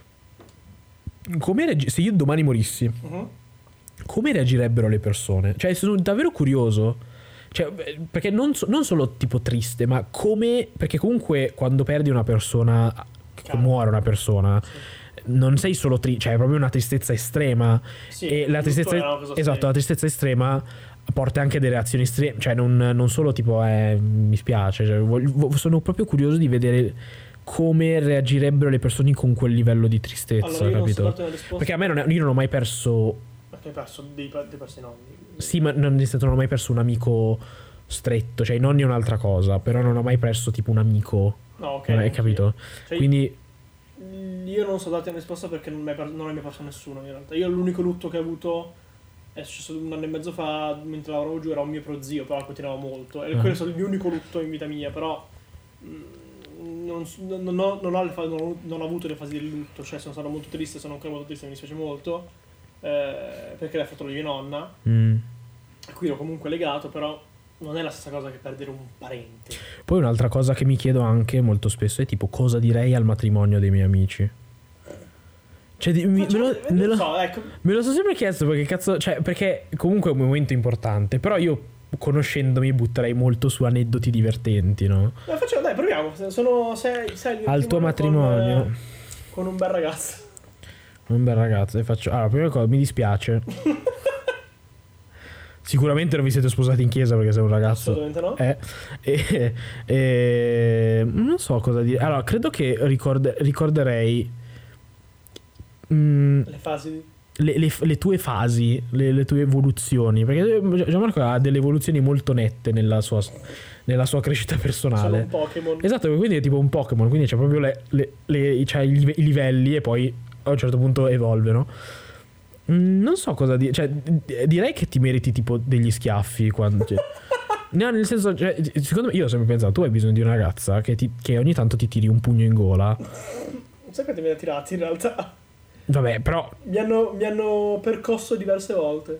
Come reagi- se io domani morissi, Mhm. come reagirebbero le persone? Cioè sono davvero curioso. Cioè, beh, perché non, so- non solo tipo triste, ma come... Perché comunque quando perdi una persona, che Chiaro. muore una persona, Sì. non sei solo triste, cioè è proprio una tristezza estrema. Sì, e la tutto tristezza, è una cosa esatto, seria. la tristezza estrema porta anche delle reazioni estreme, cioè non, non solo tipo eh, mi spiace, cioè, voglio- vo- sono proprio curioso di vedere come reagirebbero le persone con quel livello di tristezza, Allora io non so capito? darti una risposta. Perché a me non è- io non ho mai perso, Perché hai perso dei, pa- dei persi nonni. sì, ma non, nel senso non ho mai perso un amico stretto, cioè i nonni è un'altra cosa, però non ho mai perso tipo un amico, No, ok. hai anch'io. capito? Cioè, Quindi io non so darti una risposta perché non, mi è per- non è mai perso nessuno in realtà. Io l'unico lutto che ho avuto è successo un anno e mezzo fa, mentre lavoravo giù, era un mio prozio, però continuava molto. E Ah. quello è stato il mio unico lutto in vita mia, però mm, non, s- non ho, non ho le fa- non ho- non ho avuto le fasi del lutto, cioè sono stato molto triste, sono ancora molto triste, mi dispiace molto, eh, perché l'ha fatto la mia nonna, mm. a cui ero comunque legato, però non è la stessa cosa che perdere un parente. Poi un'altra cosa che mi chiedo anche molto spesso è tipo cosa direi al matrimonio dei miei amici. Cioè, di- mi- me, Facciamo- lo, non me, lo, so, ecco, me lo sono sempre chiesto perché cazzo, cioè, perché comunque è un momento importante, però io conoscendomi butterei molto su aneddoti divertenti, no? dai, facciamo, dai, proviamo. Sono sei, sei Al tuo matrimonio, Con, eh, con un bel ragazzo. un bel ragazzo, e faccio, allora, prima cosa, mi dispiace. Sicuramente non vi siete sposati in chiesa perché sei un ragazzo. Assolutamente no. Eh, e, e- non so cosa dire. Allora, credo che ricorde- ricorderei mm, Le fasi. le, le- le tue fasi, le, le tue evoluzioni. Perché Gianmarco ha delle evoluzioni molto nette nella sua, nella sua crescita Sono personale. un Pokémon. Esatto, quindi è tipo un Pokémon, quindi c'è proprio le, le- le- c'è i live- i livelli e poi a un certo punto evolve, no? Mm, Non so cosa dire, cioè d- direi che ti meriti tipo degli schiaffi quando... cioè- no, nel senso, cioè, secondo me, io ho sempre pensato, tu hai bisogno di una ragazza che, ti- che ogni tanto ti tiri un pugno in gola. Non so quanti me ne ha tirati in realtà. Vabbè, però... Mi hanno, mi hanno percosso diverse volte.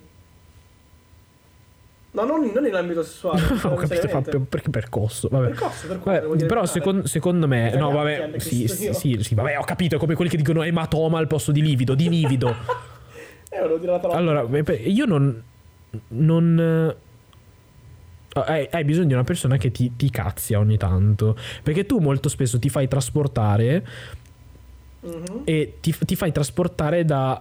No, non, non in ambito sessuale. ho cioè, capito, fa- seriamente. perché percosso, vabbè. Percosso, per Vabbè, vuol dire però male. secondo, secondo me, Cagati, no, vabbè, Anne sì, Cristo, sì, io. sì, sì, vabbè, ho capito, come quelli che dicono ematoma al posto di livido, di livido. Eh, volevo dire la parola. Allora, beh, beh, io non... non eh, hai, hai bisogno di una persona che ti, ti cazzia ogni tanto. Perché tu molto spesso ti fai trasportare Mhm. e ti, ti fai trasportare da,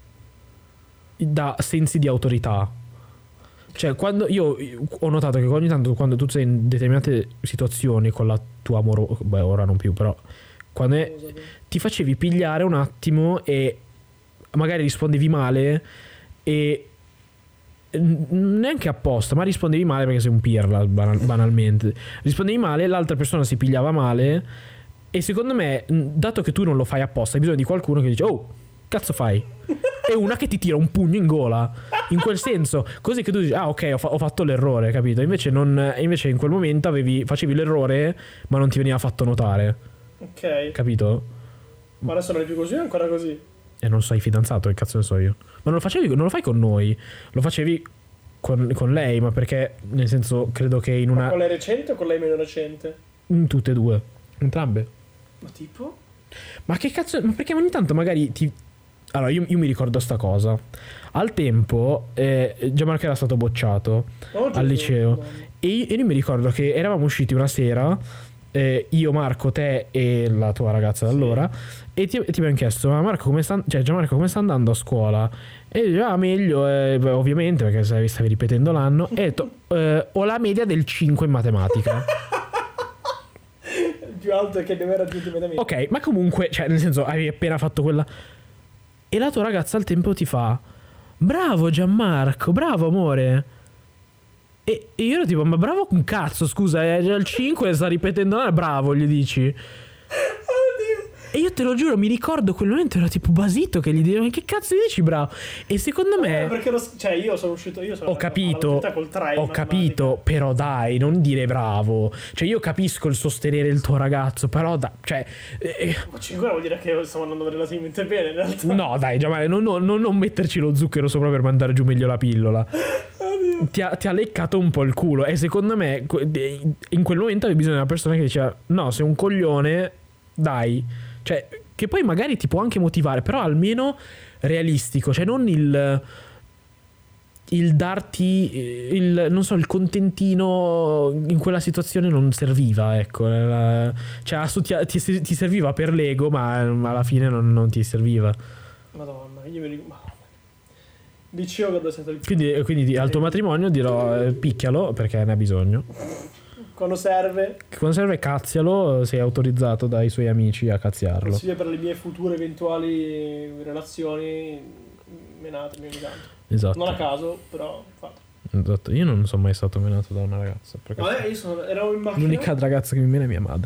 da sensi di autorità. Cioè, quando io ho notato che ogni tanto quando tu sei in determinate situazioni con la tua amoro... Beh, ora non più, però... Quando è- Scusate. ti facevi pigliare un attimo e magari rispondevi male e n- neanche apposta, ma rispondevi male perché sei un pirla banal- banalmente. Rispondevi male, l'altra persona si pigliava male e secondo me, n- dato che tu non lo fai apposta, hai bisogno di qualcuno che dice "Oh, cazzo fai?" E una che ti tira un pugno in gola, in quel senso, così che tu dici "Ah, ok, ho, fa- ho fatto l'errore", capito? Invece non invece in quel momento avevi facevi l'errore, ma non ti veniva fatto notare, Ok. capito? Ma adesso non è più così o è ancora così? E non sei fidanzato, che cazzo ne so io. Ma non lo facevi, non lo fai con noi, lo facevi con, con lei, ma perché, nel senso, credo che in Ma una... con lei recente o con lei meno recente? in tutte e due, entrambe. Ma tipo? Ma che cazzo, ma perché ogni tanto magari ti... Allora, io, io mi ricordo sta cosa. Al tempo, eh, Gianmarco era stato bocciato No, al Gesù, liceo. mamma. E io, io mi ricordo che eravamo usciti una sera, eh, io, Marco, te e la tua ragazza da Sì. allora, e ti, ti abbiamo chiesto, ma Marco come sta, cioè Gianmarco come sta andando a scuola? E io dicevo, ah, meglio, eh, beh, ovviamente, perché stavi, stavi ripetendo l'anno. E ho detto, eh, ho la media del cinque in matematica. Il più alto è che deve raggiungere immediatamente. Ok, ma comunque, cioè, nel senso, avevi appena fatto quella... E la tua ragazza al tempo ti fa, bravo Gianmarco, bravo amore. E, e io ero tipo, ma bravo un cazzo, scusa, è già il cinque, sta ripetendo, ah, bravo, gli dici. Oddio. E io te lo giuro, mi ricordo quel momento, ero tipo basito che gli dicevo: ma che cazzo dici, bravo? E secondo me eh, perché lo, cioè io sono uscito, io sono ho capito, col tre ho capito, però dai, non dire bravo. Cioè io capisco il sostenere il tuo ragazzo, però da, cioè eh, ma cinque vuol dire che stiamo andando relativamente bene in realtà. no dai, Giamale, non, non, non metterci lo zucchero sopra per mandare giù meglio la pillola. Ti ha, ti ha leccato un po' il culo. E secondo me in quel momento avevi bisogno di una persona che diceva: no, sei un coglione, dai. Cioè, che poi magari ti può anche motivare, però almeno realistico. Cioè non il il darti il, non so, il contentino in quella situazione non serviva, ecco. Cioè ti, ti serviva per l'ego, ma alla fine non, non ti serviva. Madonna, io mi ricordo. Dicevo che stato il quindi, quindi al tuo matrimonio dirò eh, picchialo perché ne ha bisogno. Quando serve. Quando serve cazzialo, sei autorizzato dai suoi amici a cazziarlo. Consiglio per le mie future eventuali relazioni, menatemi ogni tanto. Esatto. Non a caso, però fatto. Esatto, io non sono mai stato menato da una ragazza. Vabbè, io sono, ero in macchina. L'unica ragazza che mi mena è mia madre.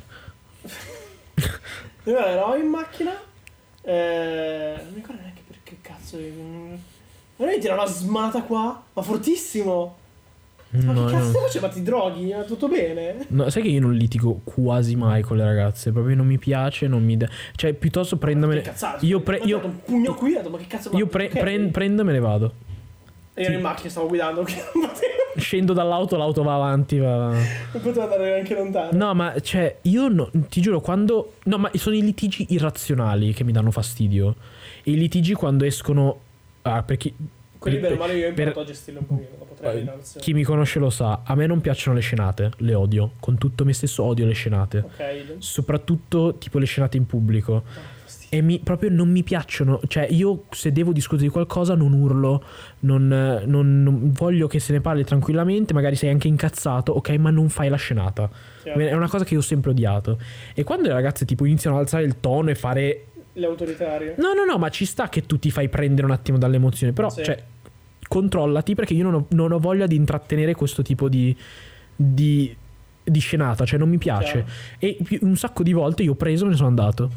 Io ero in macchina, eh, non mi ricordo neanche perché cazzo. Ma lei tira una smata qua, ma fortissimo. Ma no, che cazzo no. faccio? Ma ti droghi? Ma tutto bene? No, sai che io non litigo quasi mai con le ragazze. Proprio non mi piace, non mi. De- cioè, piuttosto prendamene. Io pre- io un pugno qui, ho detto, ma che cazzo? Io pre- pre- prendamene e vado. E io ero in macchina, stavo guidando. Scendo dall'auto, l'auto va avanti. Va... Non potevo andare neanche lontano. No, ma cioè, io no, ti giuro, quando. No, ma sono i litigi irrazionali che mi danno fastidio. E i litigi quando escono. Ah, per chi. Quelli per, bene o male io ho imparato per, a gestirli un pochino dopo tre anni di relazione. Chi mi conosce lo sa, a me non piacciono le scenate, le odio. Con tutto me stesso odio le scenate. Ok. Soprattutto tipo le scenate in pubblico. Oh, e mi, proprio non mi piacciono. Cioè io se devo discutere di qualcosa non urlo, non, non, non voglio che se ne parli tranquillamente. Magari sei anche incazzato, ok, ma non fai la scenata. Chiaro. È una cosa che io ho sempre odiato. E quando le ragazze tipo iniziano ad alzare il tono e fare... Le autoritarie. No, no, no, ma ci sta che tu ti fai prendere un attimo dalle emozioni. Però, sì. cioè, controllati, perché io non ho, non ho voglia di intrattenere questo tipo di, di, di scenata. Cioè, non mi piace. Chiaro. E un sacco di volte io ho preso e me ne sono andato.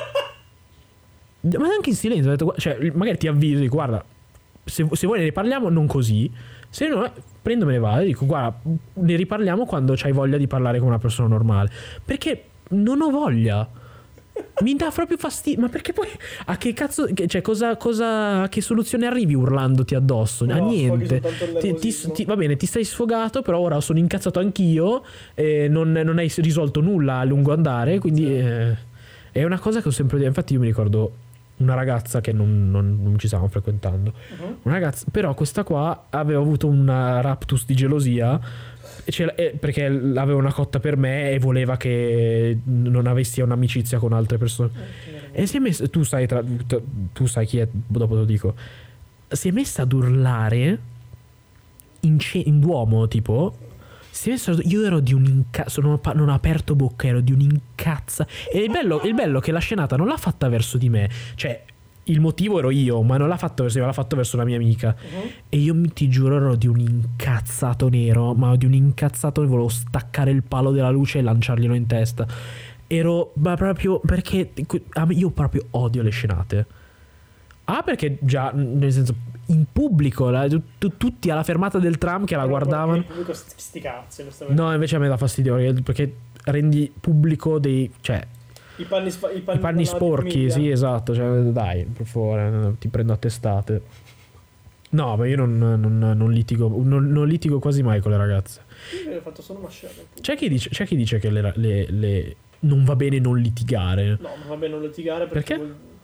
Ma anche in silenzio. Ho detto, cioè, magari ti avviso, dico, guarda, se, se vuoi ne riparliamo, non così. Se no, prendo me ne vado e dico, guarda, ne riparliamo quando c'hai voglia di parlare con una persona normale. Perché non ho voglia. Mi dà proprio fastidio. Ma perché poi a che cazzo, cioè cosa, cosa, a che soluzione arrivi urlandoti addosso? No, a niente. Ti, ti, ti, va bene, ti stai sfogato, però ora sono incazzato anch'io e non, non hai risolto nulla a lungo andare, quindi sì. eh, è una cosa che ho sempre detto. Infatti io mi ricordo una ragazza che non, non, non ci stavamo frequentando, uh-huh. Una ragazza, però questa qua aveva avuto una raptus di gelosia, perché aveva una cotta per me e voleva che non avessi un'amicizia con altre persone. Okay. E si è messa, tu sai tra, tu sai chi è, dopo te lo dico, si è messa ad urlare in, in Duomo, tipo si è messa, io ero di un incazzo, non ho, non ho aperto bocca, ero di un incazzo. E il bello, il bello che la scenata non l'ha fatta verso di me, cioè il motivo ero io, ma non l'ha fatto verso me, l'ha fatto verso la mia amica. Uh-huh. E io ti giuro ero di un incazzato nero, ma di un incazzato, volevo staccare il palo della luce e lanciarglielo in testa. Ero, ma proprio perché io proprio odio le scenate. Ah, perché già, nel senso, in pubblico, la, tu, tutti alla fermata del tram che la però guardavano. In pubblico sti cazzi, no, invece a me dà fastidio perché, perché rendi pubblico dei, cioè, I panni, spa- i panni, I panni sporchi, sì, esatto. Cioè, dai, per favore, ti prendo a testate. No, ma io non, non, non litigo, non, non litigo quasi mai con le ragazze. Io ho fatto solo una scena. C'è chi dice, c'è chi dice che le, le, le, non va bene non litigare. No, non va bene non litigare perché? Perché? Vuol...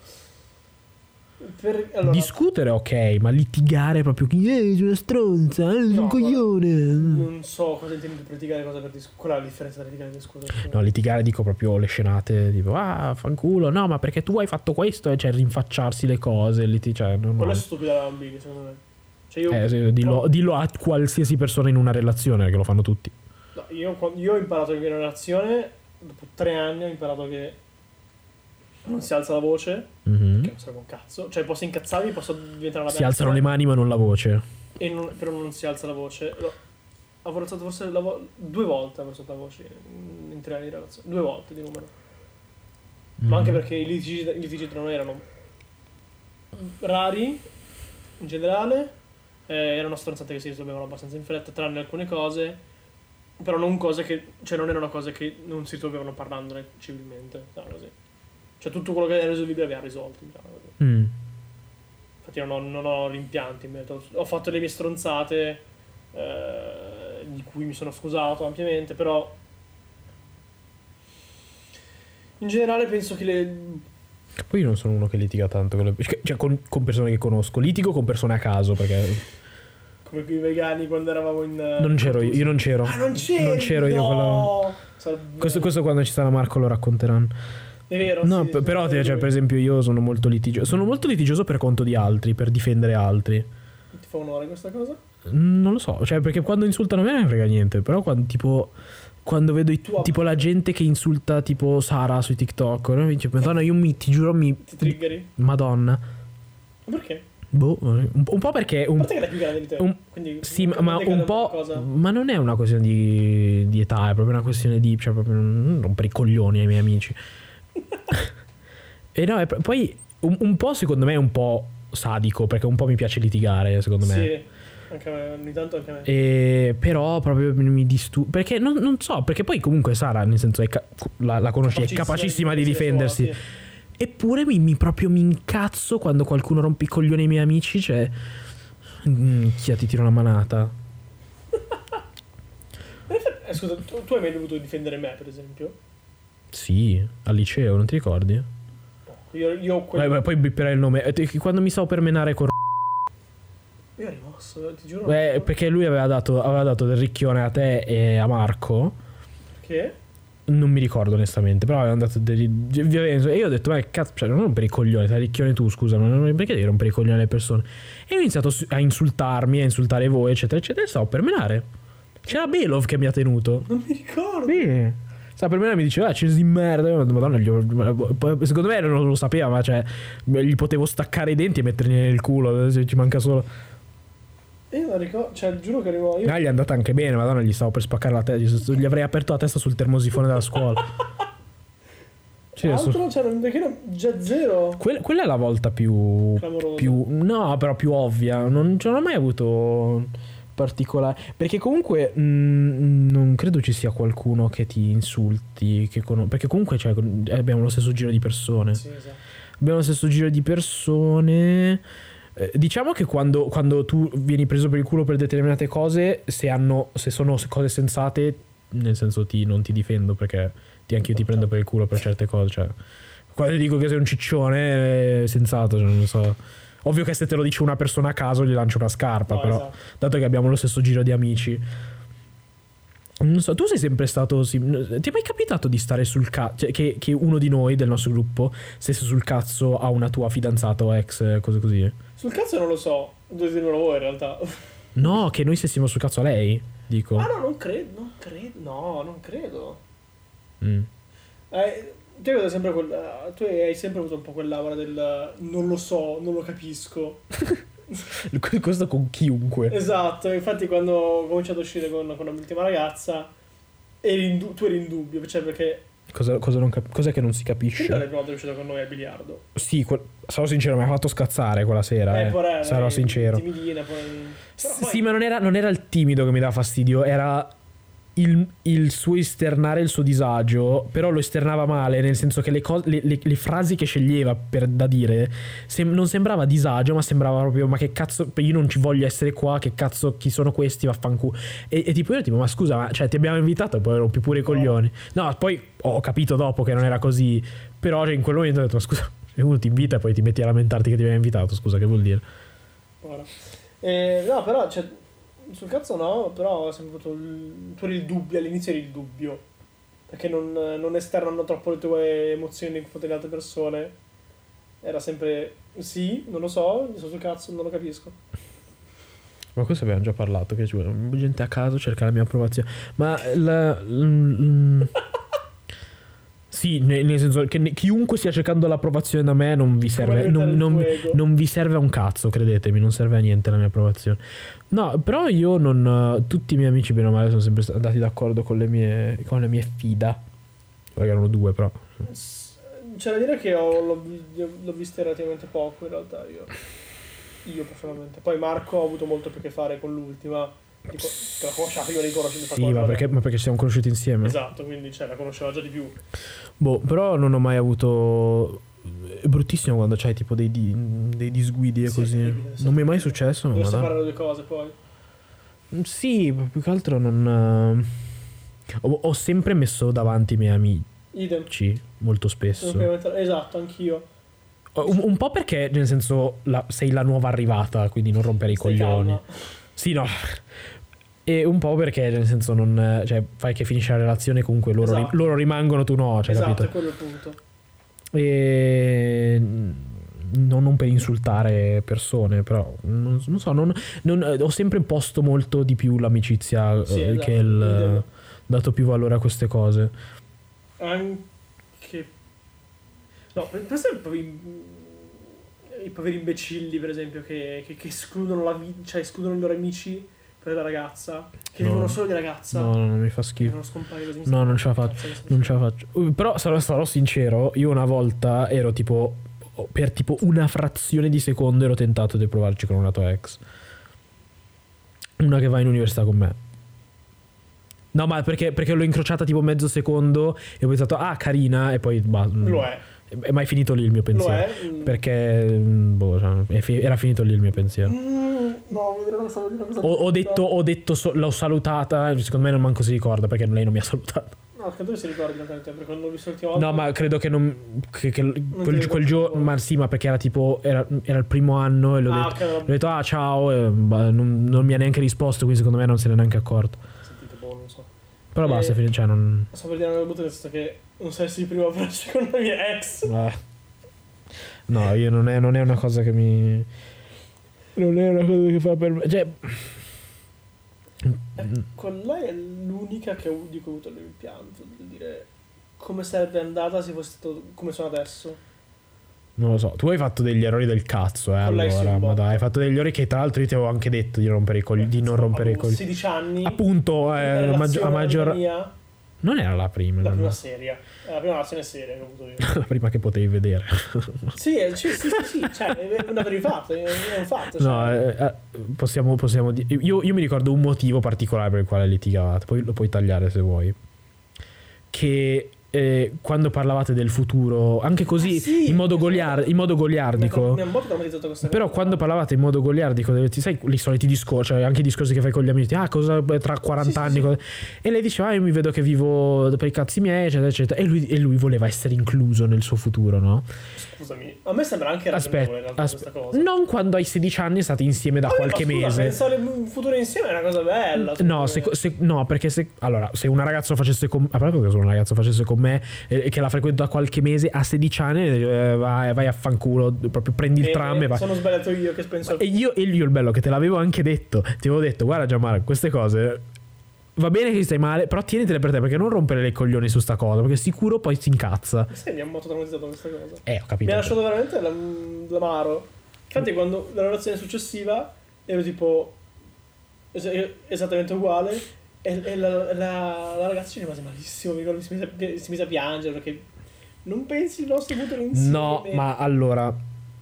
Per, allora, discutere ok, ma litigare proprio chi è una stronza, è no, un coglione. Non so cosa intendi per litigare, cosa per discutere. Qual è la differenza tra litigare e discutere? No, litigare dico proprio le scenate, tipo ah, fanculo, no, ma perché tu hai fatto questo, e cioè rinfacciarsi le cose, liti- cioè, non quello no. è stupido da bambini, secondo me. Cioè io, eh, sì, dillo, dillo a qualsiasi persona in una relazione, che lo fanno tutti. No, io, io ho imparato in una relazione, dopo tre anni ho imparato che non si alza la voce, mm-hmm. che non serve un cazzo. Cioè posso incazzarmi, posso diventare una bestia. Si alzano le mani ma non la voce. E non, però non si alza la voce. Ho forzato forse la vo- due volte ho forzato la voce in, in tre anni di relazione. Due volte di numero. Ma anche Mhm. perché i litigi, i litigi tra noi erano rari, in generale, eh, erano stronzate che si risolvevano abbastanza in fretta, tranne alcune cose, però non cose che, cioè non erano cose che non si risolvevano parlandone civilmente, diciamo così. Cioè tutto quello che era risolvibile aveva risolto, diciamo così. Mm. Infatti non ho, non ho rimpianti in merito. Ho fatto le mie stronzate, eh, di cui mi sono scusato ampiamente, però in generale penso che le... Poi io non sono uno che litiga tanto con, le- cioè, con, con persone che conosco. Litigo con persone a caso perché come quei vegani quando eravamo in... non c'ero io, io non c'ero. Ah, non c'eri? Non c'ero io. No! Sa- Questo, questo quando ci sarà Marco lo racconteranno. È vero, No, sì, p- però sì, cioè, per esempio io sono molto litigioso. Sono molto litigioso per conto di altri, per difendere altri. Ti fa onore questa cosa? Non lo so, cioè perché quando insultano me non mi frega niente, però quando tipo quando vedo i- Tu- tipo la gente che insulta tipo Sara su TikTok, no? Mi dice, Madonna, io mi ti giuro mi Ti triggeri? Madonna. Ma perché? Boh, un, un po' perché A un, parte che è più grande di te, un- quindi... sì, non ma decade un una po'. cosa. Ma non è una questione di, di età, è proprio una questione di. Cioè, proprio non rompere i coglioni ai miei amici. E no, è, poi un, un po' secondo me è un po' sadico, perché un po' mi piace litigare, secondo me. Sì, anche a me, ogni tanto anche a me. E, però proprio mi disturba. Perché non, non so, perché poi comunque Sara, nel senso, è ca- la, la conosci, è capacissima di difendersi. Sì. Eppure mi, mi proprio mi incazzo quando qualcuno rompe i coglioni ai miei amici. Cioè, mm, chi ti tira una manata? Eh, scusa, tu, tu hai mai dovuto difendere me, per esempio? Sì, al liceo, non ti ricordi? Io, io ho quel... Vai, vai, poi bipperai il nome. Eh, ti- Quando mi stavo per menare con. Io ero rimosso, ti giuro. Beh, perché lui aveva dato, aveva dato del ricchione a te e a Marco. Che? Non mi ricordo onestamente, però avevano dato degli, violenza. E io ho detto, ma che cazzo, cioè, non rompere i coglioni, sei ricchione tu, scusa, ma non- perché devi rompere i coglioni alle persone? E ho iniziato su- a insultarmi, a insultare voi, eccetera, eccetera, e stavo per menare. C'era Belov che mi ha tenuto. Non mi ricordo. Sì. Stava per menare, mi diceva, ah, c'è di merda. Io ho detto, Madonna, gli ho- poi, secondo me non lo sapeva, ma cioè, gli potevo staccare i denti e mettergli nel culo, se ci manca solo. Io non ricordo, cioè giuro che arrivo io. Ah, gli è andata anche bene, Madonna, gli stavo per spaccare la testa, gli avrei aperto la testa sul termosifone della scuola. Sì, adesso- Altro, cioè, non- perché era già zero. Que- quella è la volta più, Clamoroso. più no, però più ovvia. Non, non ho mai avuto particolare. Perché comunque mh, non credo ci sia qualcuno che ti insulti. Che cono- perché comunque cioè, abbiamo lo stesso giro di persone. Sì, esatto. Abbiamo lo stesso giro di persone. Eh, diciamo che quando, quando tu vieni preso per il culo per determinate cose, se hanno, se sono cose sensate, nel senso ti, non ti difendo perché ti, anche io ti prendo per il culo per certe cose. Cioè, quando dico che sei un ciccione, è sensato, cioè, non so. Ovvio che se te lo dice una persona a caso gli lancio una scarpa, No, però esatto. dato che abbiamo lo stesso giro di amici. Non so, tu sei sempre stato. Sì, ti è mai capitato di stare sul cazzo? Cioè, che, che uno di noi del nostro gruppo stesse sul cazzo a una tua fidanzata o ex, cose così? Sul cazzo non lo so, dovete dirmelo voi in realtà. No, che noi stessimo sul cazzo a lei, dico. Ah no, non credo, non credo, no, non credo. Mm. Eh, tu, hai sempre quel, eh, tu hai sempre avuto un po' quell'aura del non lo so, non lo capisco. Questo con chiunque. Esatto, infatti quando ho cominciato a uscire con, con l'ultima ragazza, eri in du- tu eri in dubbio, cioè perché... Cosa, cosa non cap- cos'è che non si Ti ricordi la capisce? prima volta che è uscita con noi al biliardo? Sì, que- sarò sincero, mi ha fatto scazzare quella sera. Eh, porella, sarò lei, sincero. Timidina, poi... Però poi- Sì, ma non era, non era il timido che mi dava fastidio, era il, il suo esternare il suo disagio, però lo esternava male, nel senso che le, cose, le, le- le frasi che sceglieva per, da dire sem- non sembrava disagio, ma sembrava proprio, ma che cazzo, io non ci voglio essere qua, che cazzo, chi sono questi, vaffanculo. E, e tipo io tipo, ma scusa, ma cioè ti abbiamo invitato e poi rompi pure i coglioni. No, poi ho capito dopo che non era così, però cioè, in quel momento ho detto, ma scusa, se uno ti invita e poi ti metti a lamentarti che ti abbiamo invitato, scusa, che vuol dire? Ora. Eh, no, però, cioè, sul cazzo no, però ho sempre avuto il, tu eri il dubbio, all'inizio eri il dubbio, perché non, non esternano troppo le tue emozioni nei confronti delle altre persone. Era sempre, sì, non lo so, sto sul cazzo, non lo capisco. Ma questo abbiamo già parlato, che cioè, gente a caso cerca la mia approvazione. Ma la, mm, sì, nel, nel senso che ne- chiunque stia cercando l'approvazione da me non vi serve, alimentare non, il non- tuo ego. non vi serve a un cazzo, credetemi, non serve a niente la mia approvazione. No, però io non, tutti i miei amici bene o male sono sempre sta- andati d'accordo con le mie, con le mie fida. Perché erano due, però. S- c'è da dire che ho, l'ho, l'ho vista relativamente poco in realtà io. Io personalmente. Poi Marco ha avuto molto più a che fare con l'ultima. Dico, che la conosceva prima di conoscere Sì, ma perché, ma perché siamo conosciuti insieme? Esatto, quindi cioè, la conosceva già di più. Boh, però non ho mai avuto... È bruttissimo quando c'hai tipo dei, di, dei disguidi e Sì, così. terribile, sì. Non mi è mai successo. Devo Ma separare le due cose poi. sì, più che altro non... Ho, ho sempre messo davanti i miei amici, Idem. molto spesso. Esatto, anch'io. Un, un po' perché, nel senso, la, sei la nuova arrivata, quindi non rompere i Stai coglioni. calma. Sì, no. E un po' perché, nel senso, non... Cioè, fai che finisce la relazione, comunque loro, Esatto. ri- loro rimangono, tu no, cioè, Esatto, capito? è quello il punto. E... Non, non per insultare persone, però non, non so, non, non- ho sempre posto molto di più l'amicizia, Sì, eh, esatto, che il, idem. dato più valore a queste cose. Anche... No, pensa ai poveri, i poveri imbecilli, per esempio, che, che, che escludono la vita, cioè escludono i loro amici per la ragazza, che No. vivono solo di ragazza. No, no, non mi fa Che schifo. non scompare così. No, non ce la faccio. Cazzo, che Non ce schifo. la faccio. Uh, Però sarò, sarò sincero, io una volta ero tipo, per tipo una frazione di secondo ero tentato di provarci con una tua ex. Una che va in università con me. No, ma perché, perché l'ho incrociata tipo mezzo secondo e ho pensato, ah, carina, e poi bah, Lo è. è mai finito lì il mio Lo pensiero. è. mm. Perché mm, boh, cioè, è fi- era finito lì il mio pensiero. Mm, no, vedrò cosa stavo dicendo. cosa- Ho, ho detto, ho detto so- l'ho salutata, secondo me non manco si ricorda perché lei non mi ha salutato. No, credo che si ricordi in realtà, perché quando l'ho visto l'ultima volta... No, ma credo che non. Che, che ti quel, ricordi quel giorno. come- Ma sì, ma perché era tipo. Era, era il primo anno e l'ho Ah, detto. ok, Ho detto, ah, ciao. E, bah, non, non mi ha neanche risposto, quindi secondo me non se n'è neanche accorto. sentite, boh, non so. Però Eh, basta, fin- cioè non. Sto per dire una battuta, nel senso che non sei il primo a farci con la mia ex. eh. No, io non è, non è una cosa che mi. Non è una cosa che fa per me. Cioè. Eh, con lei è l'unica che ho, di cui ho avuto il rimpianto, di dire come sarebbe andata se fosse stato come sono adesso. Non lo so. Tu hai fatto degli errori del cazzo, eh. Con lei sì, Allora, un ma botto. dai, hai fatto degli errori che tra l'altro io ti avevo anche detto di rompere i coglioni. Di non rompere i Avevo coglioni. sedici anni. Appunto, eh, la a maggior. A relazione maggior... mia, Non era la prima, la no, prima no. seria. È la prima relazione seria che ho avuto io. La prima che potevi vedere. Sì, eh, sì, sì, sì, sì, cioè, è un dato di fatto, è un fatto. Cioè. No, eh, eh, possiamo, possiamo dire. Io, io mi ricordo un motivo particolare per il quale litigavate. Poi lo puoi tagliare se vuoi. Che eh, quando parlavate del futuro, anche così Ah, sì, in modo, mi ha- goliar- in modo mi ha, goliardico. mi ha un po' traumatizzato questa Però cosa. quando parlavate in modo goliardico, ti sai, i soliti discorsi, cioè anche i discorsi che fai con gli amici, ah, cosa tra quaranta Sì, sì, anni. sì. cosa- E lei diceva, ah, io mi vedo che vivo per i cazzi miei, eccetera, eccetera. E lui, e lui voleva essere incluso nel suo futuro, no? Scusami, a me sembra anche ragionevole in Aspetta, realtà aspe- questa cosa. non quando hai sedici anni state insieme da Vabbè, qualche ma scusa, mese. pensare un futuro insieme è una cosa bella. No, secondo me. se, se- no, perché se allora, se una ragazza lo facesse con a parte che se un ragazzo facesse con me e che la frequento da qualche mese a sedici anni, eh, vai, vai a fanculo, proprio prendi il Eh, tram e vai. Sono sbagliato io che penso. E io, e io il bello che te l'avevo anche detto, ti avevo detto, guarda Gianmarco, queste cose va bene che stai male, però tienitele per te perché non rompere le coglioni su sta cosa, perché sicuro poi si incazza. Sì, mi ha molto traumatizzato questa cosa. Eh, ho capito. Mi ha lasciato veramente l'am- l'amaro. Infatti, quando la relazione successiva ero tipo es- esattamente uguale. E, e la, la- la ragazza ci rimase malissimo. Mi ricordo che si mise, a- si mise a piangere perché non pensi il nostro futuro insieme. No, ma allora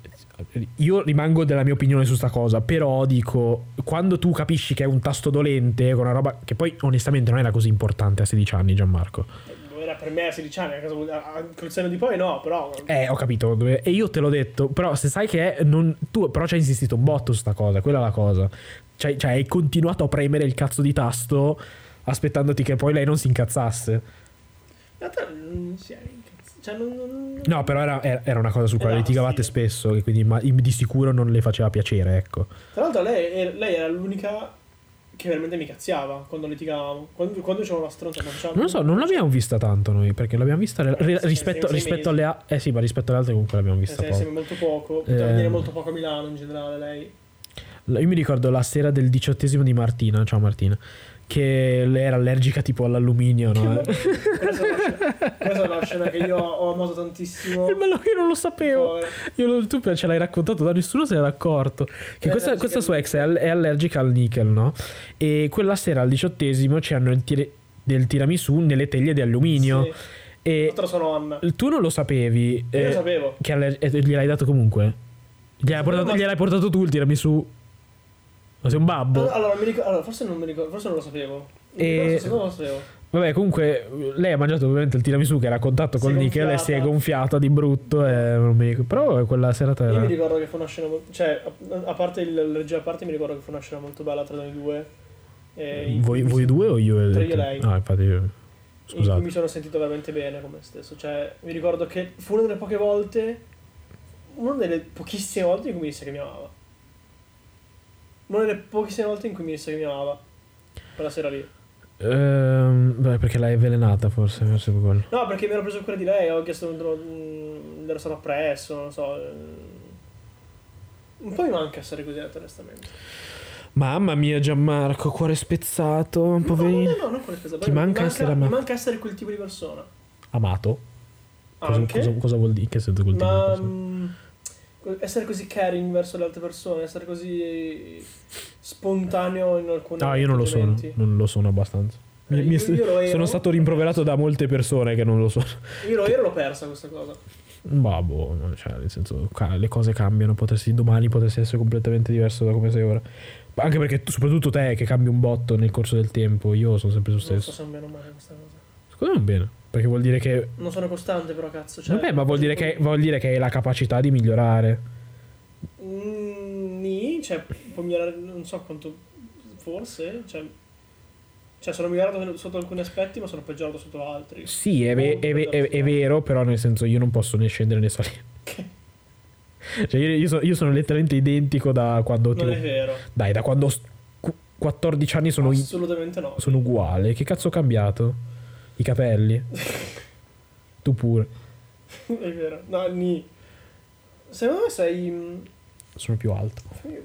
io rimango della mia opinione su sta cosa, però dico, quando tu capisci che è un tasto dolente con una roba che poi onestamente non era così importante a sedici anni, Gianmarco. Era per me a sedici anni, a casa a- a- col senno di poi no, però. Eh, ho capito, e io te l'ho detto, però se sai che è, non, tu però ci hai insistito un botto su sta cosa, quella è la cosa. Cioè, cioè hai continuato a premere il cazzo di tasto aspettandoti che poi lei non si incazzasse. In realtà non si è incazzato. Cioè, non, non- No, però era, era una cosa su quale Era litigavate ostile. spesso, che quindi ma- di sicuro non le faceva piacere, ecco. Tra l'altro lei, lei era l'unica che veramente mi cazziava quando litigavamo. Quando, quando c'era una stronza facciamo. Non lo so, non l'abbiamo vista tanto noi, perché l'abbiamo vista re- Eh, sì, rispetto, sei- sei rispetto mesi. alle a- eh sì, ma rispetto alle altre comunque l'abbiamo vista Siamo poco. insieme molto poco. Poteva Eh. venire molto poco a Milano in generale lei. Io mi ricordo la sera del diciottesimo di Martina, ciao Martina, che lei era allergica tipo all'alluminio, no? Questa è una scena- questa è una scena che io ho amato tantissimo. Il bello che io non lo sapevo. Povera. Io lo- tu ce l'hai raccontato, da nessuno se n'era accorto. Che È questa, allergica questa al sua ex è, all- è allergica al nickel, no? E quella sera al diciottesimo c'erano il tire- del tiramisù nelle teglie di alluminio. Sì. E L'altra sono Anna. tu non lo sapevi. Io eh, lo sapevo. Che alle- e gliel'hai dato comunque? Gliel'hai portato, ma- gliel'hai portato tu il tiramisù? Ma sei un babbo? Allora, allora, mi ricordo, allora, forse non mi ricordo, forse non lo sapevo. Mi E- ricordo, secondo me non lo sapevo. Vabbè, comunque lei ha mangiato ovviamente il tiramisù che era a contatto Si con è Nickel e gonfiata. si è gonfiata di brutto e non mi ricordo. Però quella serata Io era... mi ricordo che fu una scena molto... Cioè, a, a parte il il regia a parte, mi ricordo che fu una scena molto bella tra noi due. E in Voi, cui voi mi- due o io e Tra te? io e lei. Ah, infatti io... In cui Scusate. mi sono sentito veramente bene con me stesso. Cioè, mi ricordo che fu una delle poche volte... Una delle pochissime volte in cui mi disse che mi amava. Una delle pochissime volte in cui mi disse che mi amava. Quella sera lì. Ehm, beh, perché l'hai avvelenata forse, forse per quello. No, perché mi ero preso cura di lei, ho chiesto... mh, le ero stato appresso, non so... eh. Un po' mi manca essere così, onestamente. Mamma mia Gianmarco, cuore spezzato, poverino. No, no, no, non quelle cose. Ti manca essere Mi amato. manca essere quel tipo di persona. Amato? Cosa, Anche. cosa, cosa vuol dire? Che sei tu quel tipo di Ma persona? mh, essere così caring verso le altre persone, essere così spontaneo in alcuni No, io non lo sono, atteggiamenti. non lo sono abbastanza. Mi- Eh, mi- io- io lo ero. sono stato rimproverato da molte persone che non lo sono. Io lo ero, l'ho persa questa cosa. Ma boh, non- cioè, nel senso, ca- le cose cambiano, potresti domani potresti essere completamente diverso da come sei ora. Anche perché tu- soprattutto te che cambi un botto nel corso del tempo, io sono sempre lo Non so stesso. se è bene o male questa cosa. Secondo me non bene, perché vuol dire che Non sono costante però, cazzo. Cioè, vabbè, ma vuol dire che vuol dire che hai la capacità di migliorare. Mm, nì, cioè, può migliorare, non so quanto, forse, cioè, cioè sono migliorato sotto alcuni aspetti, ma sono peggiorato sotto altri. Sì, è, ve- è ve- è- è vero, però nel senso io non posso né scendere né salire. Cioè io, io sono, io sono letteralmente identico da quando Non tipo, è vero, dai, da quando ho s- qu- quattordici anni sono, i- assolutamente no. sono uguale. Che cazzo ho cambiato? I capelli? Tu pure. È vero, no, nì. Secondo me sei... mm, Sono più alto.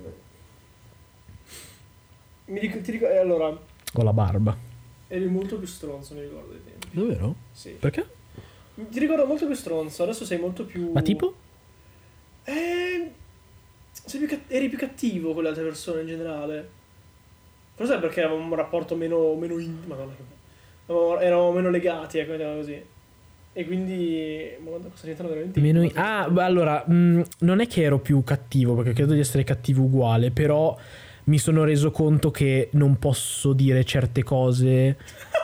Mi ric- ti ricordo, allora, Ho la barba. eri molto più stronzo, mi ricordo dei tempi. Davvero? Sì. Perché? Ti ricordo molto più stronzo, adesso sei molto più... Ma tipo? Eh, sei più cat- eri più cattivo con le altre persone in generale. Forse è perché avevamo un rapporto meno, meno intimo. Madonna, che bello. Avevamo- eravamo meno legati, ecco, mettiamola così. E quindi... Ma guarda, sta diventando veramente... Meno i- intimo. ah, beh, allora, mh, non è che ero più cattivo, perché credo di essere cattivo uguale, però mi sono reso conto che non posso dire certe cose.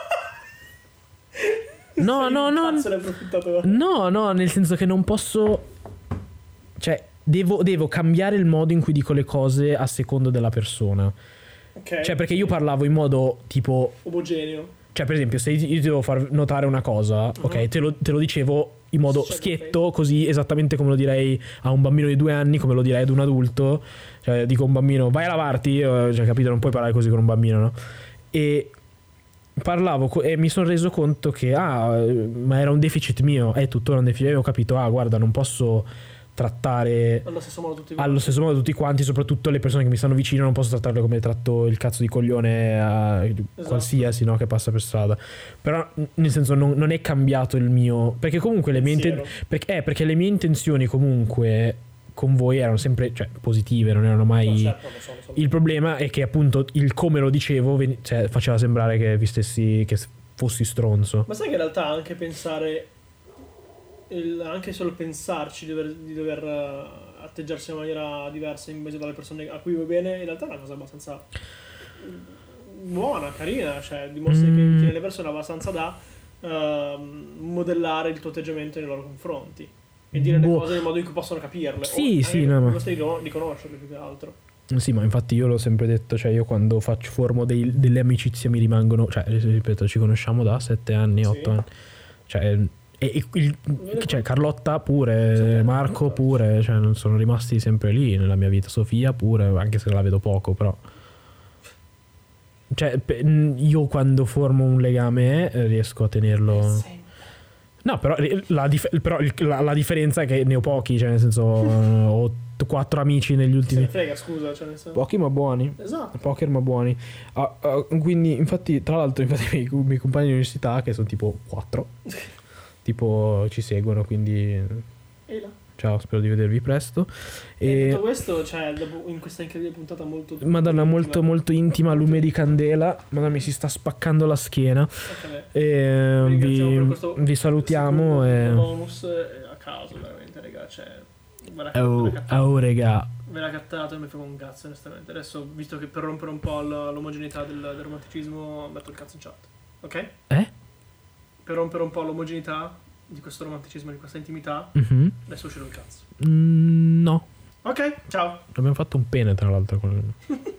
No, Sei no, un no. cazzo di approfittatore. No, no, nel senso che non posso. Cioè, devo, devo cambiare il modo in cui dico le cose a seconda della persona. Ok. Cioè, perché io parlavo in modo tipo. Omogeneo. Cioè, per esempio, se io ti devo far notare una cosa, ok, te lo, te lo dicevo in modo Certo, schietto, così esattamente come lo direi a un bambino di due anni, come lo direi ad un adulto. Cioè, dico a un bambino, vai a lavarti, eh, cioè, capito, non puoi parlare così con un bambino, no? E parlavo co- e mi sono reso conto che, ah, eh, ma era un deficit mio, è tuttora un deficit, e ho capito, ah, guarda, non posso trattare Allo stesso modo tutti allo stesso modo tutti quanti, soprattutto le persone che mi stanno vicino, non posso trattarle come tratto il cazzo di coglione a qualsiasi, no, che passa per strada. Però n- nel senso non, non è cambiato il mio, perché comunque le mie inten- Pensiero. perché, eh, perché le mie intenzioni comunque con voi erano sempre, cioè, positive, non erano mai No, certo, lo so, lo so. il problema è che appunto il come lo dicevo ven- cioè, faceva sembrare che vi stessi che s- fossi stronzo. Ma sai che in realtà anche pensare, il- anche solo pensarci di dover, di dover eh, atteggiarsi in maniera diversa in base alle persone a cui vuoi bene, in realtà è una cosa abbastanza buona, carina, cioè dimostri Mm. che tieni le persone abbastanza da ehm, modellare il tuo atteggiamento nei loro confronti e dire le Boh. cose nel modo in cui possono capirle. Sì, o sì, anche no, ma- dimostri di, di conoscerle più che altro. Sì, ma infatti io l'ho sempre detto, cioè io quando faccio formo dei- delle amicizie mi rimangono, cioè ripeto, ci conosciamo da sette anni, Sì. otto anni. Cioè, e, e il- cioè, Carlotta pure, Sì, Marco sì. pure, cioè non sono rimasti sempre lì nella mia vita, Sofia pure, anche se la vedo poco, però. Cioè, pe- io quando formo un legame eh, riesco a tenerlo. Sempre. No, però, la, dif- però il- la, la differenza è che ne ho pochi, cioè nel senso eh, ho t- quattro amici negli Se ultimi. ne frega, scusa, cioè nel senso... Pochi ma buoni. Esatto. Poker ma buoni. Ah, ah, quindi, infatti, tra l'altro, infatti, i miei, i miei compagni di università, che sono tipo quattro, tipo ci seguono, quindi E là. ciao, spero di vedervi presto. E E tutto questo, cioè, dopo- in questa incredibile puntata molto... Madonna, molto intima. molto intima, lume di candela. Madonna, mi si sta spaccando la schiena. Ok, E vi vi, ringraziamo per questo vi salutiamo. secondo E... bonus eh, a caso, veramente, raga, cioè... Ve la, ve Oh, la cattato, oh, regà. ve la cattato e mi frega un cazzo, onestamente. Adesso, visto che per rompere un po' l- l'omogeneità del, del romanticismo, metto il cazzo in chat. Ok? Eh? Per rompere un po' l'omogeneità di questo romanticismo, di questa intimità, Mhm. adesso uscirò il cazzo. Mm, no, Ok, ciao! abbiamo fatto un pene tra l'altro con...